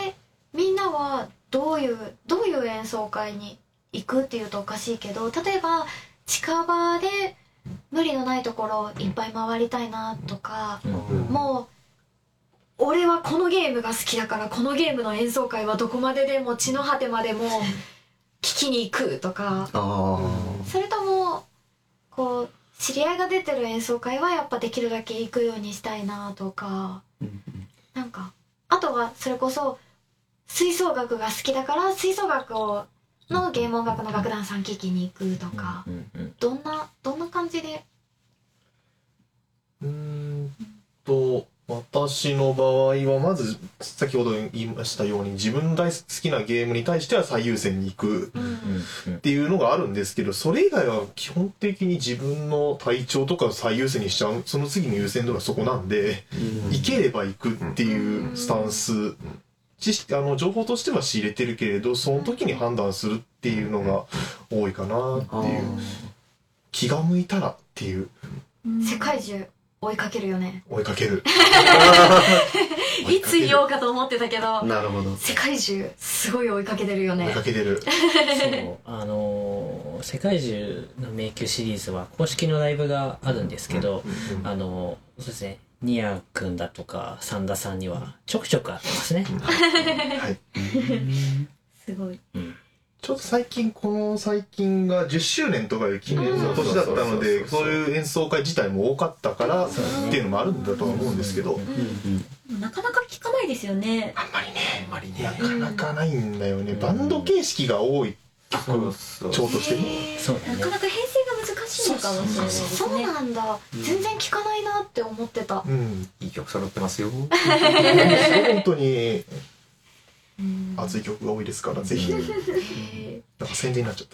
みんなはどういうどういう演奏会に行くっていうとおかしいけど、例えば近場で無理のないところいっぱい回りたいなとか、うん、もう俺はこのゲームが好きだからこのゲームの演奏会はどこまででも地の果てまでも聞きに行くとか、それともこう知り合いが出てる演奏会はやっぱできるだけ行くようにしたいなとか、なんかあとはそれこそ吹奏楽が好きだから吹奏楽をの芸文楽の楽団さん聴きに行くとか、どんなどんな感じで？ うーんと私の場合はまず先ほど言いましたように自分の大好きなゲームに対しては最優先に行くっていうのがあるんですけど、それ以外は基本的に自分の体調とかを最優先にしちゃう、その次の優先度がそこなんで、行ければ行くっていうスタンス、知識あの情報としては仕入れてるけれどその時に判断するっていうのが多いかなっていう、気が向いたらっていう。 世界中追いかけるよね。 追いかけるいつ言おうかと思ってたけど、 なるほど、 世界中すごい追いかけてるよね。 追いかけてるそうあのー世界中の迷宮シリーズは公式のライブがあるんですけど、 うんうんうん、 あのーそうですね、ニア君だとか三田さんにはちょくちょく会ってますね。 はい、 すごい、 うん、 ちょっと最近この最近がじゅっしゅうねんとかいう記念の年だったので、そういう演奏会自体も多かったからっていうのもあるんだとは思うんですけど、 うん、なかなか聞かないですよね。 あんまりね、あんまりね、なかなかないんだよね。バンド形式が多い曲調としても、 そうだね、 なかなか編成が難しいのかもしれないですね。 そうなんだ、全然聞かないなって思ってた。 うん、 いい曲揃ってますよ。 本当に熱い曲が多いですから、ぜひ。なんか宣伝になっちゃった。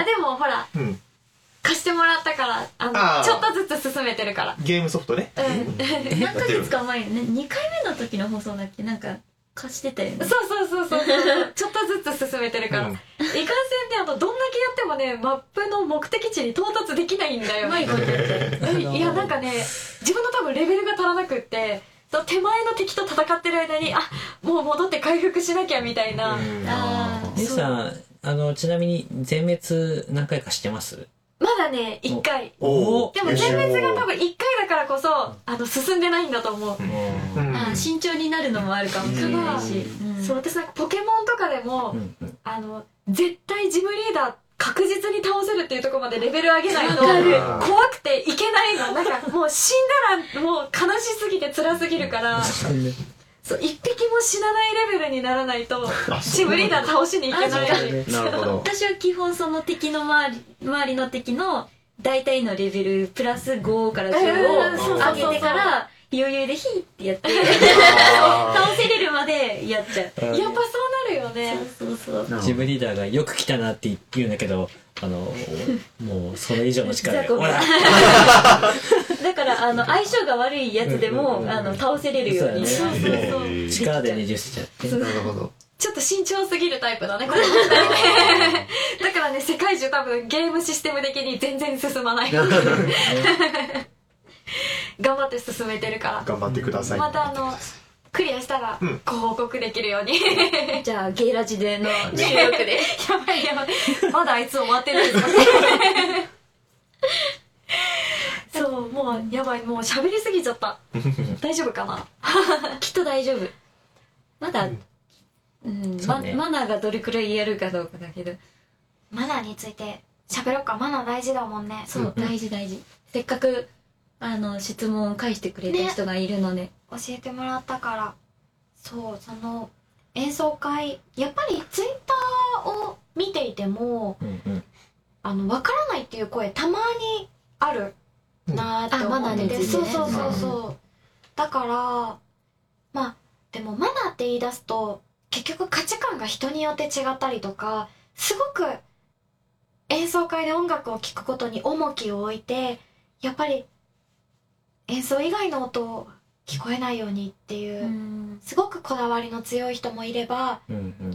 あ、でもほら、 うん、 貸してもらったからあのあちょっとずつ進めてるから。 ゲームソフトね。 うん。 何ヶ月か前ね、にかいめの時の放送だっけ、なんか貸してたよね。 そうそうそうそう。ちょっとずつ進めてるから。 うん、 いかんせんね、あとどんだけやってもね、マップの目的地に到達できないんだよ。 迷子になっちゃう。 いや、なんかね、自分の多分レベルが足らなくって、手前の敵と戦ってる間に、あ、もう戻って回復しなきゃみたいな。 あー、姉さん、あのちなみに全滅何回かしてます？ まだね、いっかい。 おでも全滅が多分いっかいだからこそ、あの進んでないんだと思う。 うん、 あ、慎重になるのもあるかもしれないし、 うん、そう、私なんかポケモンとかでも、 うんうん、 あの絶対ジムリーダー確実に倒せるっていうところまでレベル上げないと怖くていけないの。なんかもう死んだらもう悲しすぎて辛すぎるから、そう一匹も死なないレベルにならないとジムリーダー倒しにいけない。 なるほど。 私は基本その敵の周り周りの敵の大体のレベルプラスごからじゅうを上げてから余裕でヒーってやって倒せれるまでやっちゃう。 やっぱそうなるよね。 そうそうそう。 ジムリーダーがよく来たなって言うんだけど、あのもうそれ以上の力でほらだからあの相性が悪いやつでもあの倒せれるように、 そうそうそう、 力でねじ伏せちゃって。 なるほど。 ちょっと慎重すぎるタイプだね、この問題ね。だからね、世界中多分ゲームシステム的に全然進まない。頑張って進めてるから。 頑張ってください。 またあのクリアしたらご報告できるように。 じゃあゲイラジでの収録で。 やばいやばい。まだあいつ終わってないですかね。そう、もうやばい、もう喋りすぎちゃった。大丈夫かな。 きっと大丈夫。まだ、うんまね、 マナーがどれくらいやるかどうかだけど。 マナーについて喋ろうか。マナー大事だもんね。 そう、大事大事。せっかくあの質問を返してくれた人がいるので、ね、 教えてもらったから。そう、その演奏会、やっぱりツイッターを見ていても、 うんうん、 あの分からないっていう声たまにあるなーって思ってて、うん、そうそうそうそう、だからまあでもマナーって言い出すと結局価値観が人によって違ったりとか、すごく演奏会で音楽を聴くことに重きを置いて、やっぱり演奏以外の音を聞こえないようにっていう、うん、すごくこだわりの強い人もいれば、うんうん、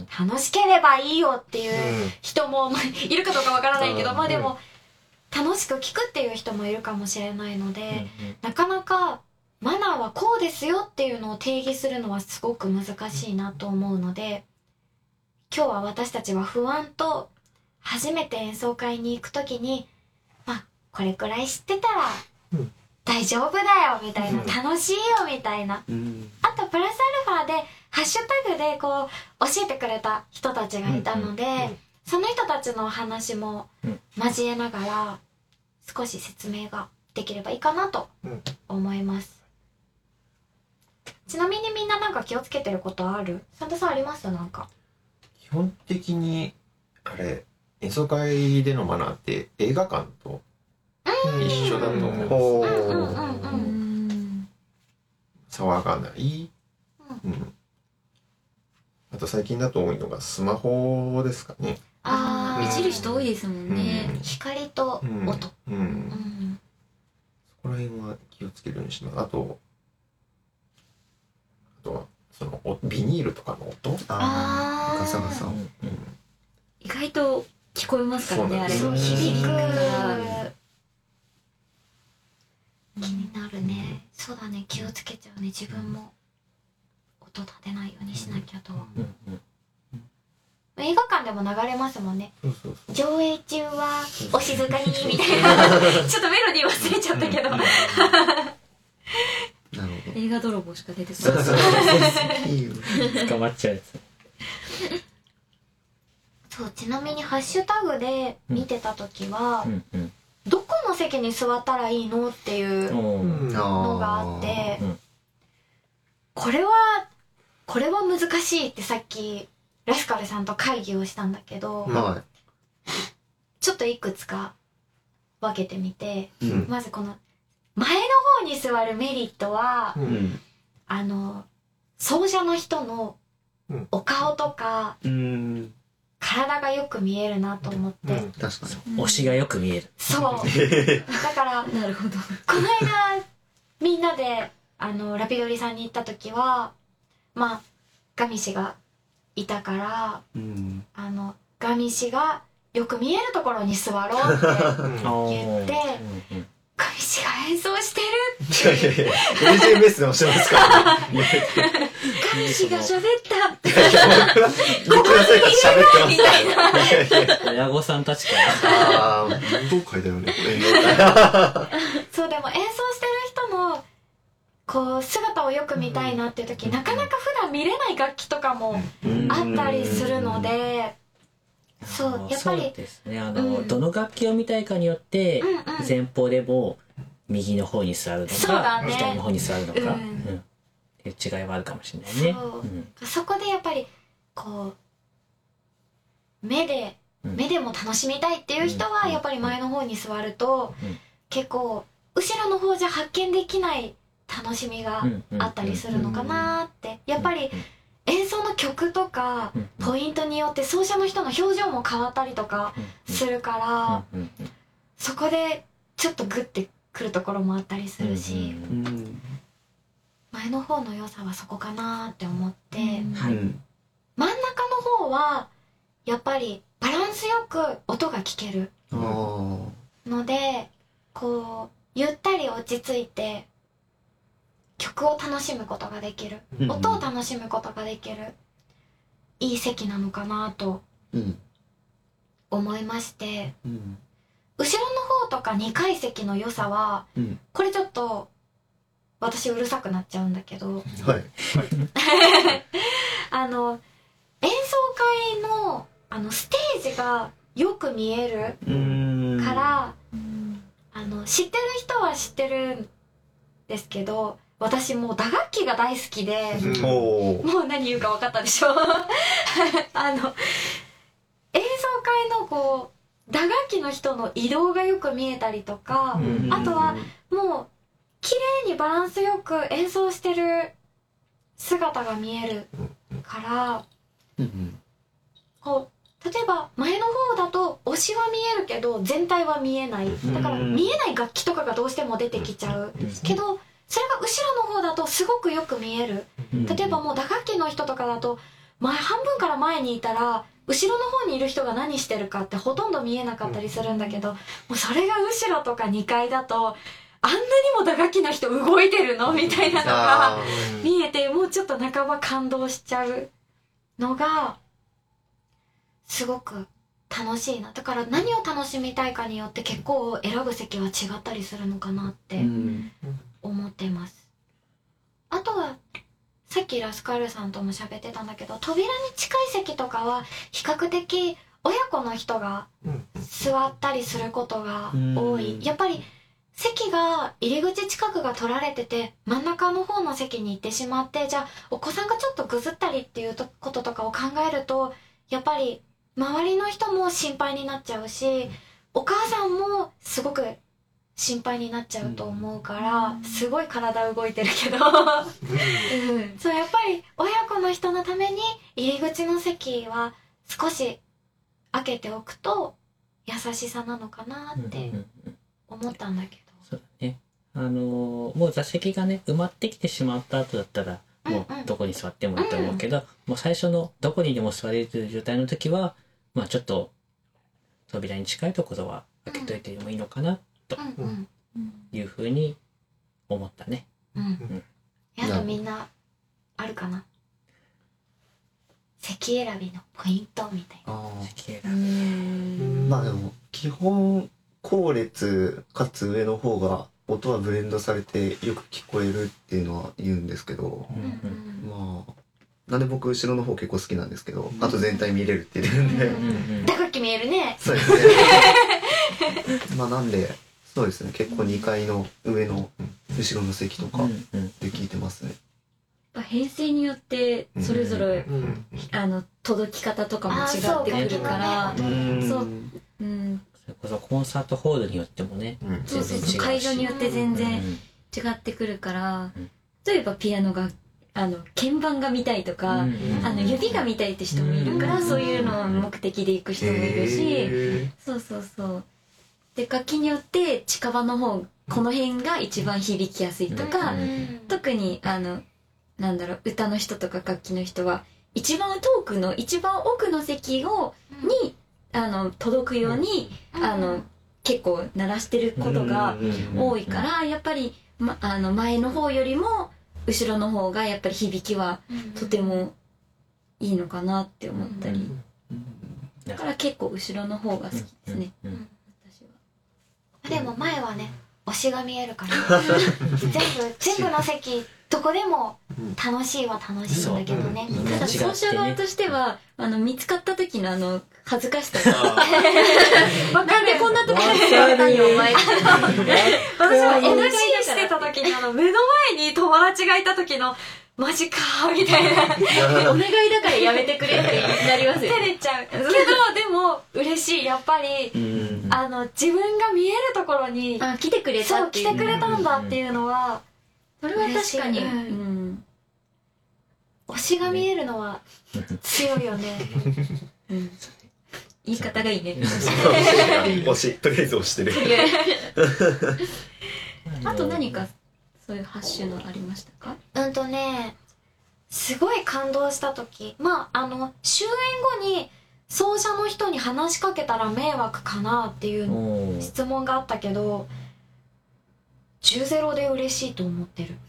楽しければいいよっていう人も、うん、いるかどうかわからないけど、うん、まあでも楽しく聴くっていう人もいるかもしれないので、うんうん、なかなかマナーはこうですよっていうのを定義するのはすごく難しいなと思うので、今日は私たちは不安と初めて演奏会に行くときに、まあこれくらい知ってたら大丈夫だよみたいな、楽しいよみたいな、あとプラスアルファでハッシュタグでこう教えてくれた人たちがいたので、その人たちのお話も交えながら少し説明ができればいいかなと思います。ちなみにみんななんか気をつけてることある？サンタさんあります？なんか基本的にあれ演奏会でのマナーって映画館と一緒だと思います。騒がない、うん、あと最近だと多いのがスマホですかね。 ああ、目印と多いですもんね、 うん、光と音、うんうんうん、そこら辺は気をつけるようにします。あとあとはそのビニールとかの音、 ああガサガサ、うん、 意外と聞こえますからね、あれそう響く気になるね。そうだね、気をつけちゃうね。自分も音立てないようにしなきゃと、うんうん、映画館でも流れますもんね。 そうそうそう、 上映中はお静かにみたいなちょっとメロディー忘れちゃったけどなるほど。 映画泥棒しか出てこない捕まっちゃうやつ。 そう、ちなみにハッシュタグで見てた時は、うんうん、どこの席に座ったらいいのっていうのがあって、うん、これはこれは難しいってさっきラスカルさんと会議をしたんだけど、はい、ちょっといくつか分けてみて、うん、まずこの前の方に座るメリットは、うん、あの奏者の人のお顔とか、うん、体がよく見えるなと思って、うん、 確かに推しがよく見える。 そうだからなるほど。 この間みんなであのラピドリさんに行った時は、まあガミ氏がいたから、うん、あのガミ氏がよく見えるところに座ろうって言ってガミ氏が演奏してるって。いやいやいや エルジェーエムエス でもしてますからガミ氏が喋ったってここにいるのみたいな親御さんたちからああ運動会だよねこれそう、でも演奏してる人のこう姿をよく見たいなっていう時、うん、なかなか普段見れない楽器とかもあったりするので、そうやっぱりそうですね、あの、うん、どの楽器を見たいかによって、うんうん、前方でも右の方に座るのか、ね、左の方に座るのか、うんうん、っていう違いはあるかもしれないね。 そう、うん、そこでやっぱりこう目で目でも楽しみたいっていう人はやっぱり前の方に座ると、うん、結構後ろの方じゃ発見できない楽しみがあったりするのかなって。やっぱり演奏の曲とかポイントによって奏者の人の表情も変わったりとかするから、そこでちょっとグッてくるところもあったりするし、前の方の良さはそこかなって思って、真ん中の方はやっぱりバランスよく音が聞けるので、こうゆったり落ち着いて曲を楽しむことができる、うん、音を楽しむことができるいい席なのかなと思いまして、うん、後ろの方とかにかい席の良さは、うん、これちょっと私うるさくなっちゃうんだけど、はい、あの演奏会のあのステージがよく見えるから、あの知ってる人は知ってるんですけど、私もう打楽器が大好きで、うん、もう何言うか分かったでしょあの演奏会のこう打楽器の人の移動がよく見えたりとか、うん、あとはもう綺麗にバランスよく演奏してる姿が見えるから、うん、こう例えば前の方だと押しは見えるけど全体は見えない、だから見えない楽器とかがどうしても出てきちゃうけど、それが後ろの方だとすごくよく見える。例えばもう打楽器の人とかだと前半分から前にいたら後ろの方にいる人が何してるかってほとんど見えなかったりするんだけど、もうそれが後ろとかにかいだとあんなにも打楽器の人動いてるのみたいなのが見えて、もうちょっと半ば感動しちゃうのがすごく楽しいな。だから何を楽しみたいかによって結構選ぶ席は違ったりするのかなって思ってます。あとはさっきラスカルさんとも喋ってたんだけど、扉に近い席とかは比較的親子の人が座ったりすることが多い。やっぱり席が入り口近くが取られてて真ん中の方の席に行ってしまって、じゃあお子さんがちょっとぐずったりっていうこととかを考えると、やっぱり周りの人も心配になっちゃうし、お母さんもすごく心配になっちゃうと思うから、すごい体動いてるけど、うん、そうやっぱり親子の人のために入り口の席は少し開けておくと優しさなのかなって思ったんだけど。 そうだね。あのー、もう座席がね埋まってきてしまった後だったらもうどこに座ってもいいと思うけど、うんうん、もう最初のどこにでも座れるという状態の時は、まあちょっと扉に近いところは開けといてもいいのかなというふうに思ったね。 うんうん。やだ、みんなあるかな。席選びのポイントみたいな。あ席選び。 まあでも基本後列かつ上の方が音はブレンドされてよく聞こえるっていうのは言うんですけど、うんうん、まあなんで僕後ろの方結構好きなんですけど、あと全体見れるって言ってるんで、うんうん、打楽器見えるね。 そうですね。まあなんでそうですね、結構にかいの上の後ろの席とかで聞いてますね。 編成によってそれぞれ、うん、あの届き方とかも違ってくるから、そう、 うん、それこそコンサートホールによってもね、 うん、そうそうそう、会場によって全然違ってくるから、うん、例えばピアノがあの鍵盤が見たいとか、うん、あの指が見たいって人もいるから、うん、そういうのを目的で行く人もいるし、そうそうそう。で楽器によって近場の方この辺が一番響きやすいとか、うん、特にあのなんだろう、歌の人とか楽器の人は一番遠くの一番奥の席をに、うん、あの届くように、うん、あの結構鳴らしてることが多いから、やっぱり、ま、あの前の方よりも後ろの方がやっぱり響きはとてもいいのかなって思ったり、だから結構後ろの方が好きですね、うんうん、私は。 でも前はね、推しが見えるから全部全部の席どこでも楽しいは楽しいんだけどね。 うん、ただ奏者側としてはあの見つかった時のあの恥ずかしさがなんでこんなとこに座ったんよお前。 私は エムシー してた時にあの目の前に友達がいた時のマジかーみたいなお願いだからやめてくれってなりますよ。 照れちゃうけど、でも嬉しい。やっぱりあの自分が見えるところにあ来てくれたっていう、 そう来てくれたんだっていうのは、 それは確かに、うんうん推しが見えるのは強いよね。 うん、言い方がいいね。 推し、とりあえず推してる。 あと何かそういうハッシュのありましたか？ うんとね、すごい感動した時、まああの終演後に奏者の人に話しかけたら迷惑かなっていう質問があったけど、じゅうゼロで嬉しいと思ってる。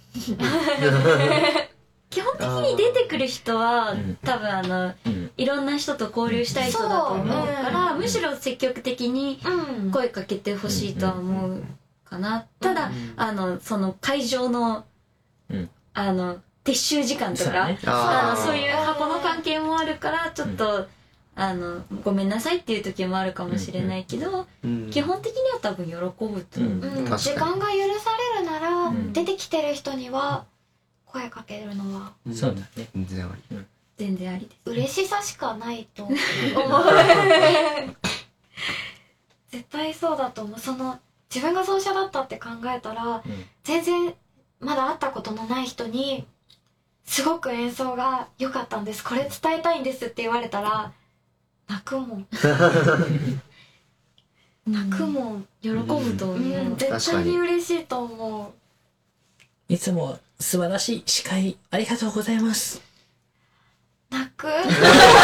基本的に出てくる人は、うん、多分あの、うん、いろんな人と交流したい人だと思うから、うん、むしろ積極的に声かけてほしいとは思うかな、うん、ただ、うん、あのその会場の、うん、あの撤収時間とか、ね、あのそういう箱の関係もあるからちょっと、うん、あのごめんなさいっていう時もあるかもしれないけど、うん、基本的には多分喜ぶと思う、 うんうん、時間が許されるなら、うん、出てきてる人には声かけるのは、 うん、そうだね、 全然あり、 うん、全然ありです、 ね、嬉しさしかないと思う。絶対そうだと思う。その自分が奏者だったって考えたら、うん、全然まだ会ったことのない人にすごく演奏が良かったんです、これ伝えたいんですって言われたら泣くもん。泣くもん。 喜ぶと思う、 うん、絶対に嬉しいと思う。 いつも素晴らしい司会ありがとうございます。 泣く？ あかんあかん。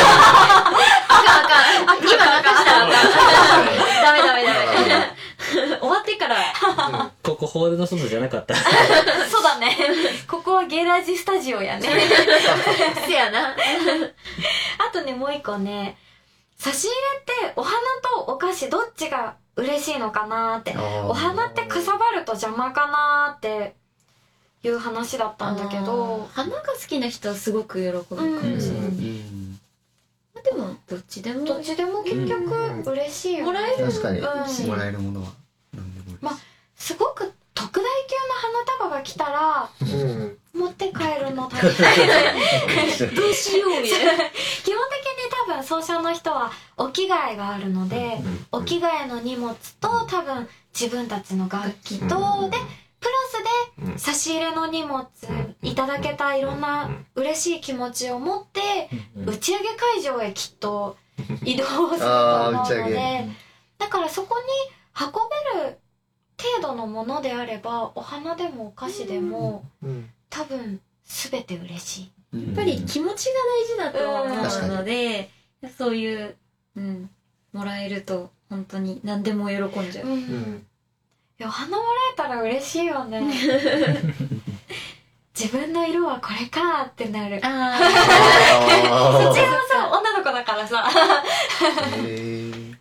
今泣かしたらあかん。ダメダメダメ。終わってから。 ここホールの外じゃなかったそうだね。ここはゲーラジスタジオやね。 せやな。 あとね、もう一個ね、差し入れってお花とお菓子どっちが嬉しいのかなーって。お花ってかさばると邪魔かなーっていう話だったんだけど。 花が好きな人はすごく喜ぶかもしれない。うん、でも、どっちでも。 どっちでも結局嬉しいよね。 もらえる。 確かに、うん、もらえるものは何でも嬉しい。 まあ、すごく特大級の花束が来たら、うん、持って帰るの大変。 どうしようみたいな。 基本的に多分奏者の人はお着替えがあるので、お着替えの荷物と多分自分たちの楽器と、で、プラスで差し入れの荷物いただけたいろんな嬉しい気持ちを持って、打ち上げ会場へきっと移動すると思うので、だからそこに運べる程度のものであれば、お花でもお菓子でも、多分全て嬉しい。 やっぱり気持ちが大事だと思うので、うん、そういう、うん、もらえると本当に何でも喜んじゃう。うん、 いや、お花もらえたら嬉しいよね。自分の色はこれかーってなる。ああ。そっちはさ、女の子だからさ。へー。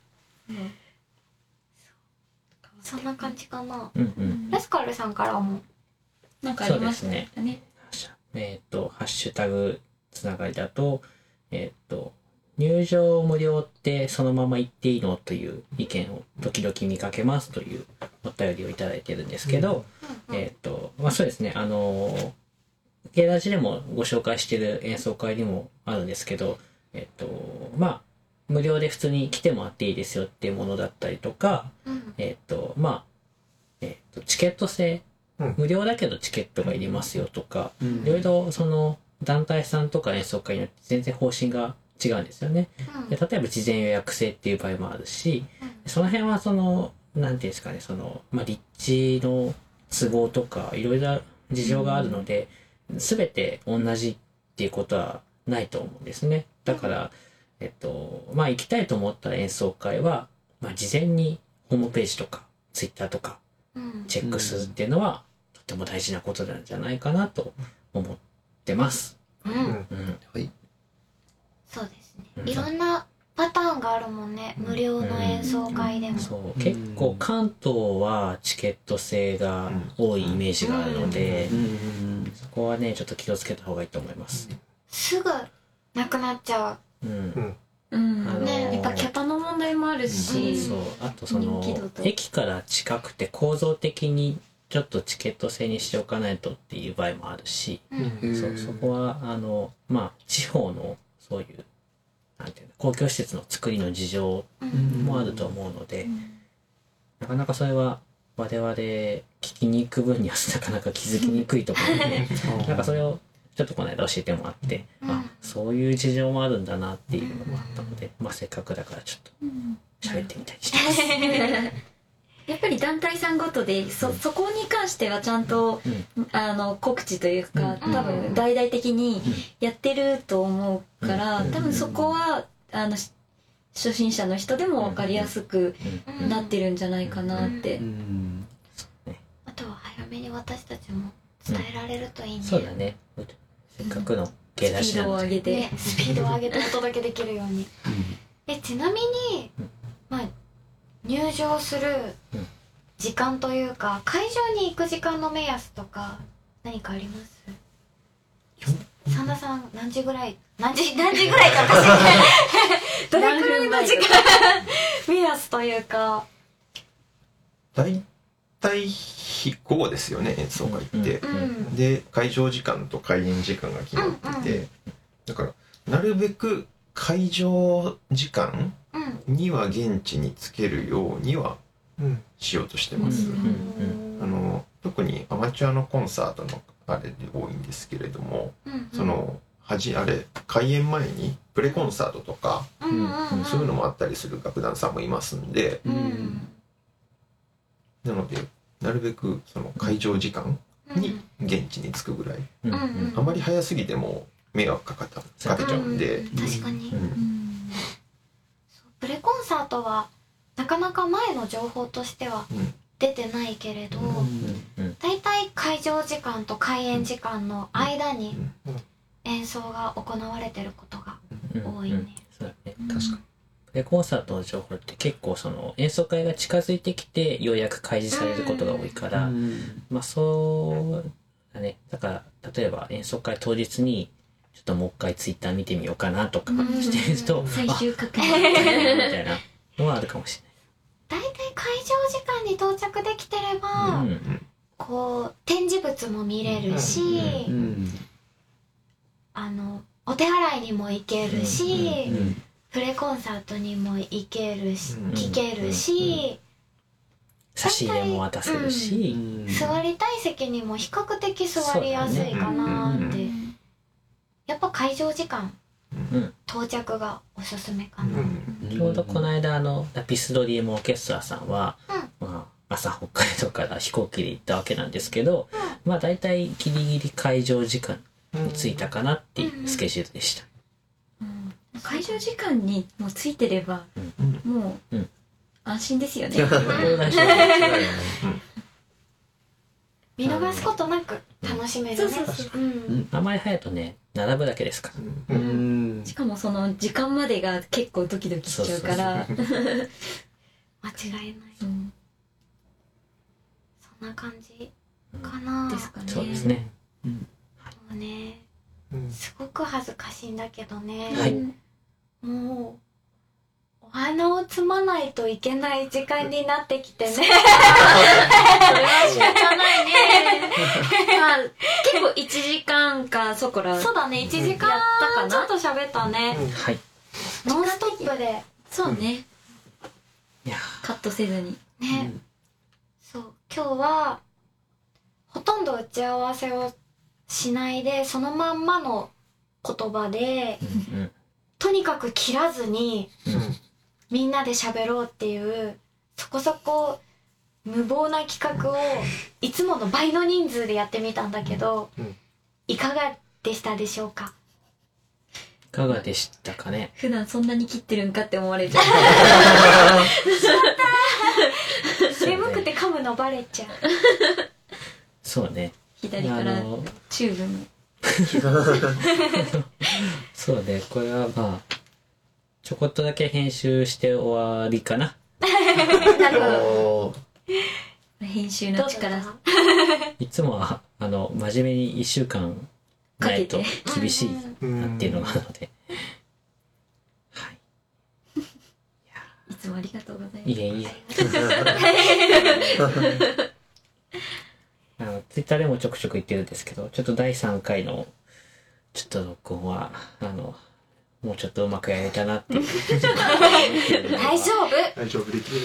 そんな感じかな。うんうん、ラスカルさんからもなんかありますね。 そうですね。えっと、ハッシュタグつながりだと、えっと、入場無料ってそのまま言っていいのという意見を時々見かけますというお便りをいただいてるんですけど、うん、えっと、まあそうですね、あの、ゲラジでもご紹介している演奏会にもあるんですけど、えっと、まあ、無料で普通に来てもらっていいですよっていうものだったりとか、うん、えっと、まあ、えっと、チケット制、無料だけどチケットがいりますよとか、いろいろその団体さんとか演奏会によって全然方針が違うんですよね。で例えば事前予約制っていう場合もあるし、その辺はその、なんていうんですかね、その、まあ、立地の都合とかいろいろ事情があるので、すべて同じっていうことはないと思うんですね。だから、えっと、まあ、行きたいと思った演奏会は、まあ、事前にホームページとか、ツイッターとか、チェックするっていうのは、とても大事なことなんじゃないかなと思ってます。うん。うん。はい。 そうですね。いろんなパターンがあるもんね。無料の演奏会でも。 そう。結構関東はチケット制が多いイメージがあるので、そこはね、ちょっと気をつけた方がいいと思います。 すぐなくなっちゃう。うん。 うん、あのー、ね、やっぱキャパの問題もあるし、 そう、あとその駅から近くて構造的にちょっとチケット制にしておかないとっていう場合もあるし、うん、そうそこはあのまあ地方のそういうなんていうの公共施設の作りの事情もあると思うので、うん、なかなかそれは我々聞きに行く分にはなかなか気づきにくいところで、ね、なんかそれをちょっとこの間教えてもらって、うん、あ、そういう事情もあるんだなっていうのもあったので、まあせっかくだからちょっと喋ってみたりしてます。 やっぱり団体さんごとでそ、そこに関してはちゃんと、うん、あの告知というか、多分大々的にやってると思うから、多分そこはあの初心者の人でも分かりやすくなってるんじゃないかなって。 あとは早めに私たちも伝えられるといいね。 そうだね。せっかくの芸出しなので、スピードを上げて、 ね、スピードを上げてお届けできるように。えちなみに、まあ、入場する時間というか会場に行く時間の目安とか何かあります？三田さん何時ぐらい何時何時ぐらいか私どれくらいの時間目安というか。 だいたい午後ですよね演奏会って、うん、で会場時間と開演時間が決まってて、うんうん、だからなるべく会場時間には現地につけるようにはしようとしてます、うんうんうん、あの特にアマチュアのコンサートのあれで多いんですけれども、うんうん、そのはじあれ開演前にプレコンサートとか、うんうん、そういうのもあったりする楽団さんもいますんで、うん、なのでなるべくその会場時間に現地に着くぐらい、うんうん、あまり早すぎても迷惑かかったかけちゃうんで、 うん、確かに、うん、プレコンサートはなかなか前の情報としては出てないけれど、 うんうん、 だいたい会場時間と開演時間の間に演奏が行われてることが多いね。 うんうん、そうだね、確かに。でコンサートの情報って結構その演奏会が近づいてきてようやく開示されることが多いから、うん、まあそうだね。だから例えば演奏会当日にちょっともう一回ツイッター見てみようかなとかしてると、うん、 最終確認みたいなのはあるかもしれない。大体会場時間に到着できてれば、うん、こう展示物も見れるし、うんうん、あのお手洗いにも行けるし、うんうんうん、プレコンサートにも行けるし、うん、聞けるし、うんうん、 差し入れも渡せるし、 うん、座りたい席にも比較的座りやすいかなって、ね、やっぱ会場時間、うん、到着がおすすめかな、うん、 ちょうどこの間あのラピスドリームオーケストラさんは、うん、まあ、朝北海道から飛行機で行ったわけなんですけど、うん、まあ大体ギリギリ会場時間に着いたかなっていうスケジュールでした、 うんうん、会場時間にもう着いてれば、うん、もう、うん、安心ですよね見逃すことなく楽しめるね。 あまり早いとね並ぶだけですから、うん、 しかもその時間までが結構ドキドキしちゃうから間違いない、うん、そんな感じかな、 うん、ですかね。 そうですね、うん、 もうね、うん、すごく恥ずかしいんだけどね、 はい、 もうお花を摘まないといけない時間になってきてねそれは仕方ないねまあ結構いちじかんかそこらそうだねいちじかんやったかな、ちょっと喋ったね、うん、 はい、 ノンストップでそうね、 うん、いやカットせずにね、うん、そう今日はほとんど打ち合わせをしないでそのまんまの言葉で、うんうん、とにかく切らずに、うんみんなで喋ろうっていうそこそこ無謀な企画をいつもの倍の人数でやってみたんだけど、うん、いかがでしたでしょうか。 いかがでしたかね。 普段そんなに切ってるんかって思われちゃう眠くて噛むのバレちゃうそうね左からチューブのそうねこれはまあちょこっとだけ編集して終わりかな。 なるほど。編集の力。 いつもはあの真面目にいっしゅうかんないと厳しいなっていうのがあるので。はい。 いつもありがとうございます。 いえいえ。あのツイッターでもちょくちょく言ってるんですけど、ちょっとだいさんかいのちょっと録音はあの。もうちょっとうまくやれたなっていう大丈夫大丈夫できる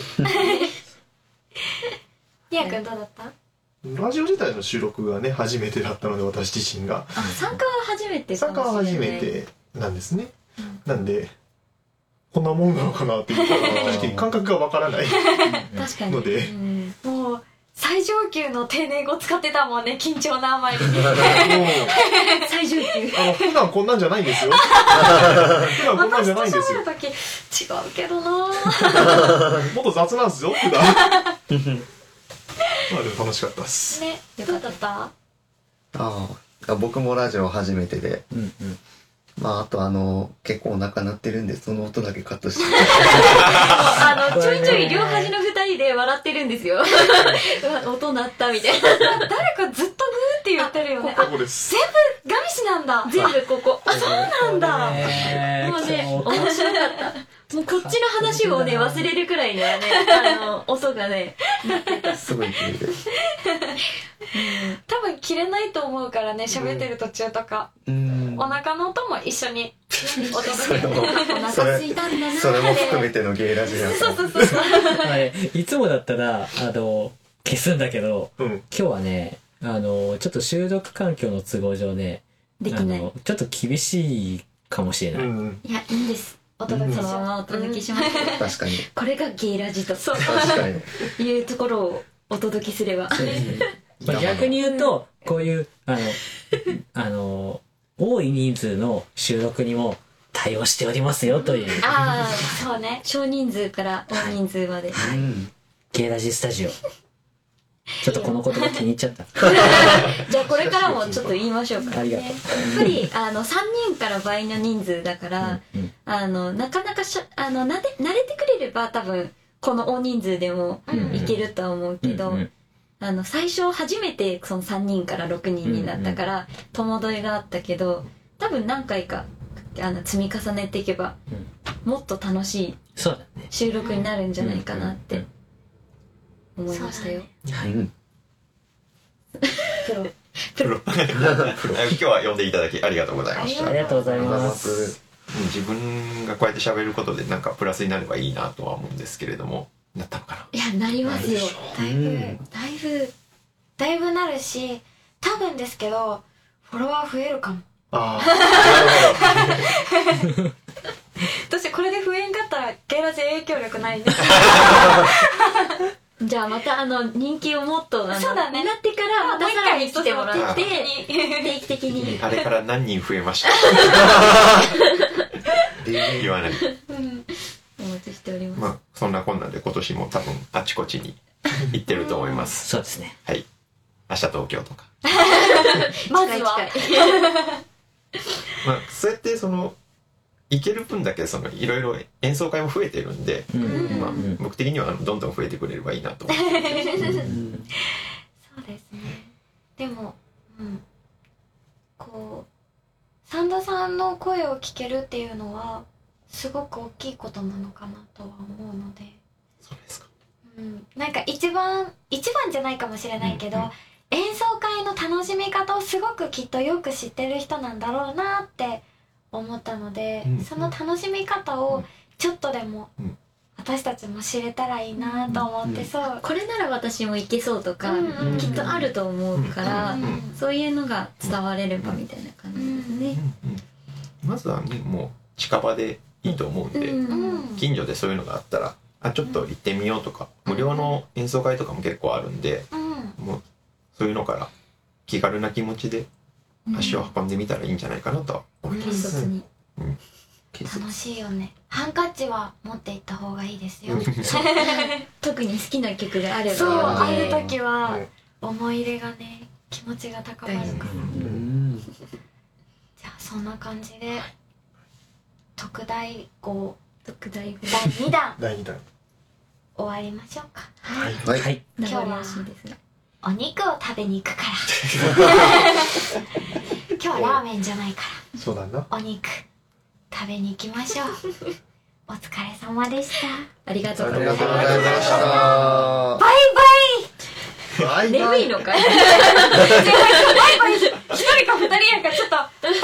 リア君どうだった？ ラジオ自体の収録がね初めてだったので私自身があ参加は初めて参加は初めてなんですね、うん、なんでこんなもんなのかなっていう正直感覚がわからない確かにので、 うん、もう最上級の丁寧語使ってたもんね緊張のあまり最上級あの普段こんなんじゃないんですよ普段こんなんじゃないんですよ私と喋る時違うけどなもっと雑なんですよ普段まあでも楽しかったですね。どうだった？ ああ僕もラジオ初めてで、うんうん、まああとあの結構お腹鳴ってるんでその音だけカットしてあのちょいちょい両端の二人で笑ってるんですよ音鳴ったみたいな誰かずっとグーって言ってるよね。 ここです全部ガミシなんだ全部ここあそうなんだもうね面白かったもうこっちの話をね忘れるくらいにはねあの音がね鳴ってたすごい綺麗で多分切れないと思うからね喋ってる途中とか、うん、お腹の音も一緒にお届けお腹空いたんだなそれも含めてのゲイラジオそうそうそうそういつもだったらあの消すんだけど、うん、今日はねあのちょっと収録環境の都合上ねできないあのちょっと厳しいかもしれない、うん、 いやいいんですお届けそのままお届けします、 うん、確かにこれがゲイラジとそう確かにいうところをお届けすればまあ逆に言うとこういうあのあの多い人数の収録にも対応しておりますよという、 ああそうね少人数から大人数まで、 はいはい、ゲイラジスタジオちょっとこの言葉気に入っちゃった。 じゃあこれからもちょっと言いましょうか。 ありがとう。やっぱりあのさんにんから倍の人数だから、うんうん、あのなかなかしゃあのなで慣れてくれれば多分この大人数でもいけるとは思うけど、うんうん、あの最初初めてそのさんにんからろくにんになったから戸惑いがあったけど、多分何回かあの積み重ねていけば、うん、もっと楽しい収録になるんじゃないかなって思いましたよ。はい。プロプロプロ今日は呼んでいただきありがとうございました。 ありがとうございます。 自分がこうやって喋ることでなんかプラスになればいいなとは思うんですけれども、なったのかな。 いや、なりますよ。だいぶ、うん、だいぶだいぶなるし、多分ですけどフォロワー増えるかも。ああ。私これで増えんかったらゲイラジ影響力ないです。 じゃあまたあの人気をもっとあのそうだねなってからまたさらに来てもらって定期的にあれから何人増えました言わない、 うん、お待ちしております。 まあそんなこんなで今年も多分あちこちに行ってると思います。 そうですね。 はい。明日東京とかまずはまあそうやってその行ける分だけそのいろいろ演奏会も増えてるんで、うん、まあ、僕的にはどんどん増えてくれればいいなと思ってそうですね。でも、うん、こうサンドさんの声を聞けるっていうのはすごく大きいことなのかなとは思うので。 そうですか。 うん、なんか一番一番じゃないかもしれないけど、うんうん、演奏会の楽しみ方をすごくきっとよく知ってる人なんだろうなって思ったので、うん、その楽しみ方をちょっとでも私たちも知れたらいいなと思って、そう、うん、 これなら私もいけそうとか、うんうん、きっとあると思うから、うんうん、そういうのが伝われればみたいな感じですね、 うんうん、まずはねもう近場でいいと思うんで、うん、近所でそういうのがあったらあちょっと行ってみようとか、無料の演奏会とかも結構あるんで、うん、もうそういうのから気軽な気持ちで足を運んでみたらいいんじゃないかなとは思います、うんうん、楽しいよね。ハンカチは持っていった方がいいですよ特に好きな曲があれば、 そうある時は思い入れがね気持ちが高まるから、うん、じゃあそんな感じで特大号特大号だいにだんだいにだん終わりましょうか。 はい、 はいはい、 今日はお肉を食べに行くから今日はラーメンじゃないからそうだな、 お肉食べに行きましょうお疲れ様でした。 ありがとうございました。 ババイバイ眠いのかいバイバイ一人か二人やからちょっとバイ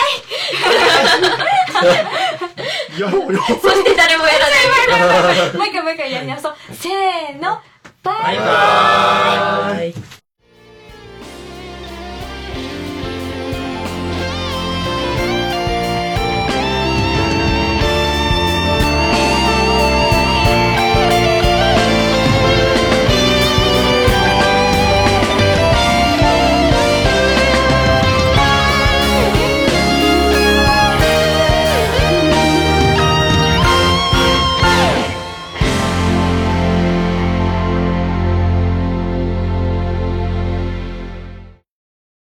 バイやろうよそして誰もやらないもう一回もう一回やりなそう。せーのバイバイ。 バイバイ。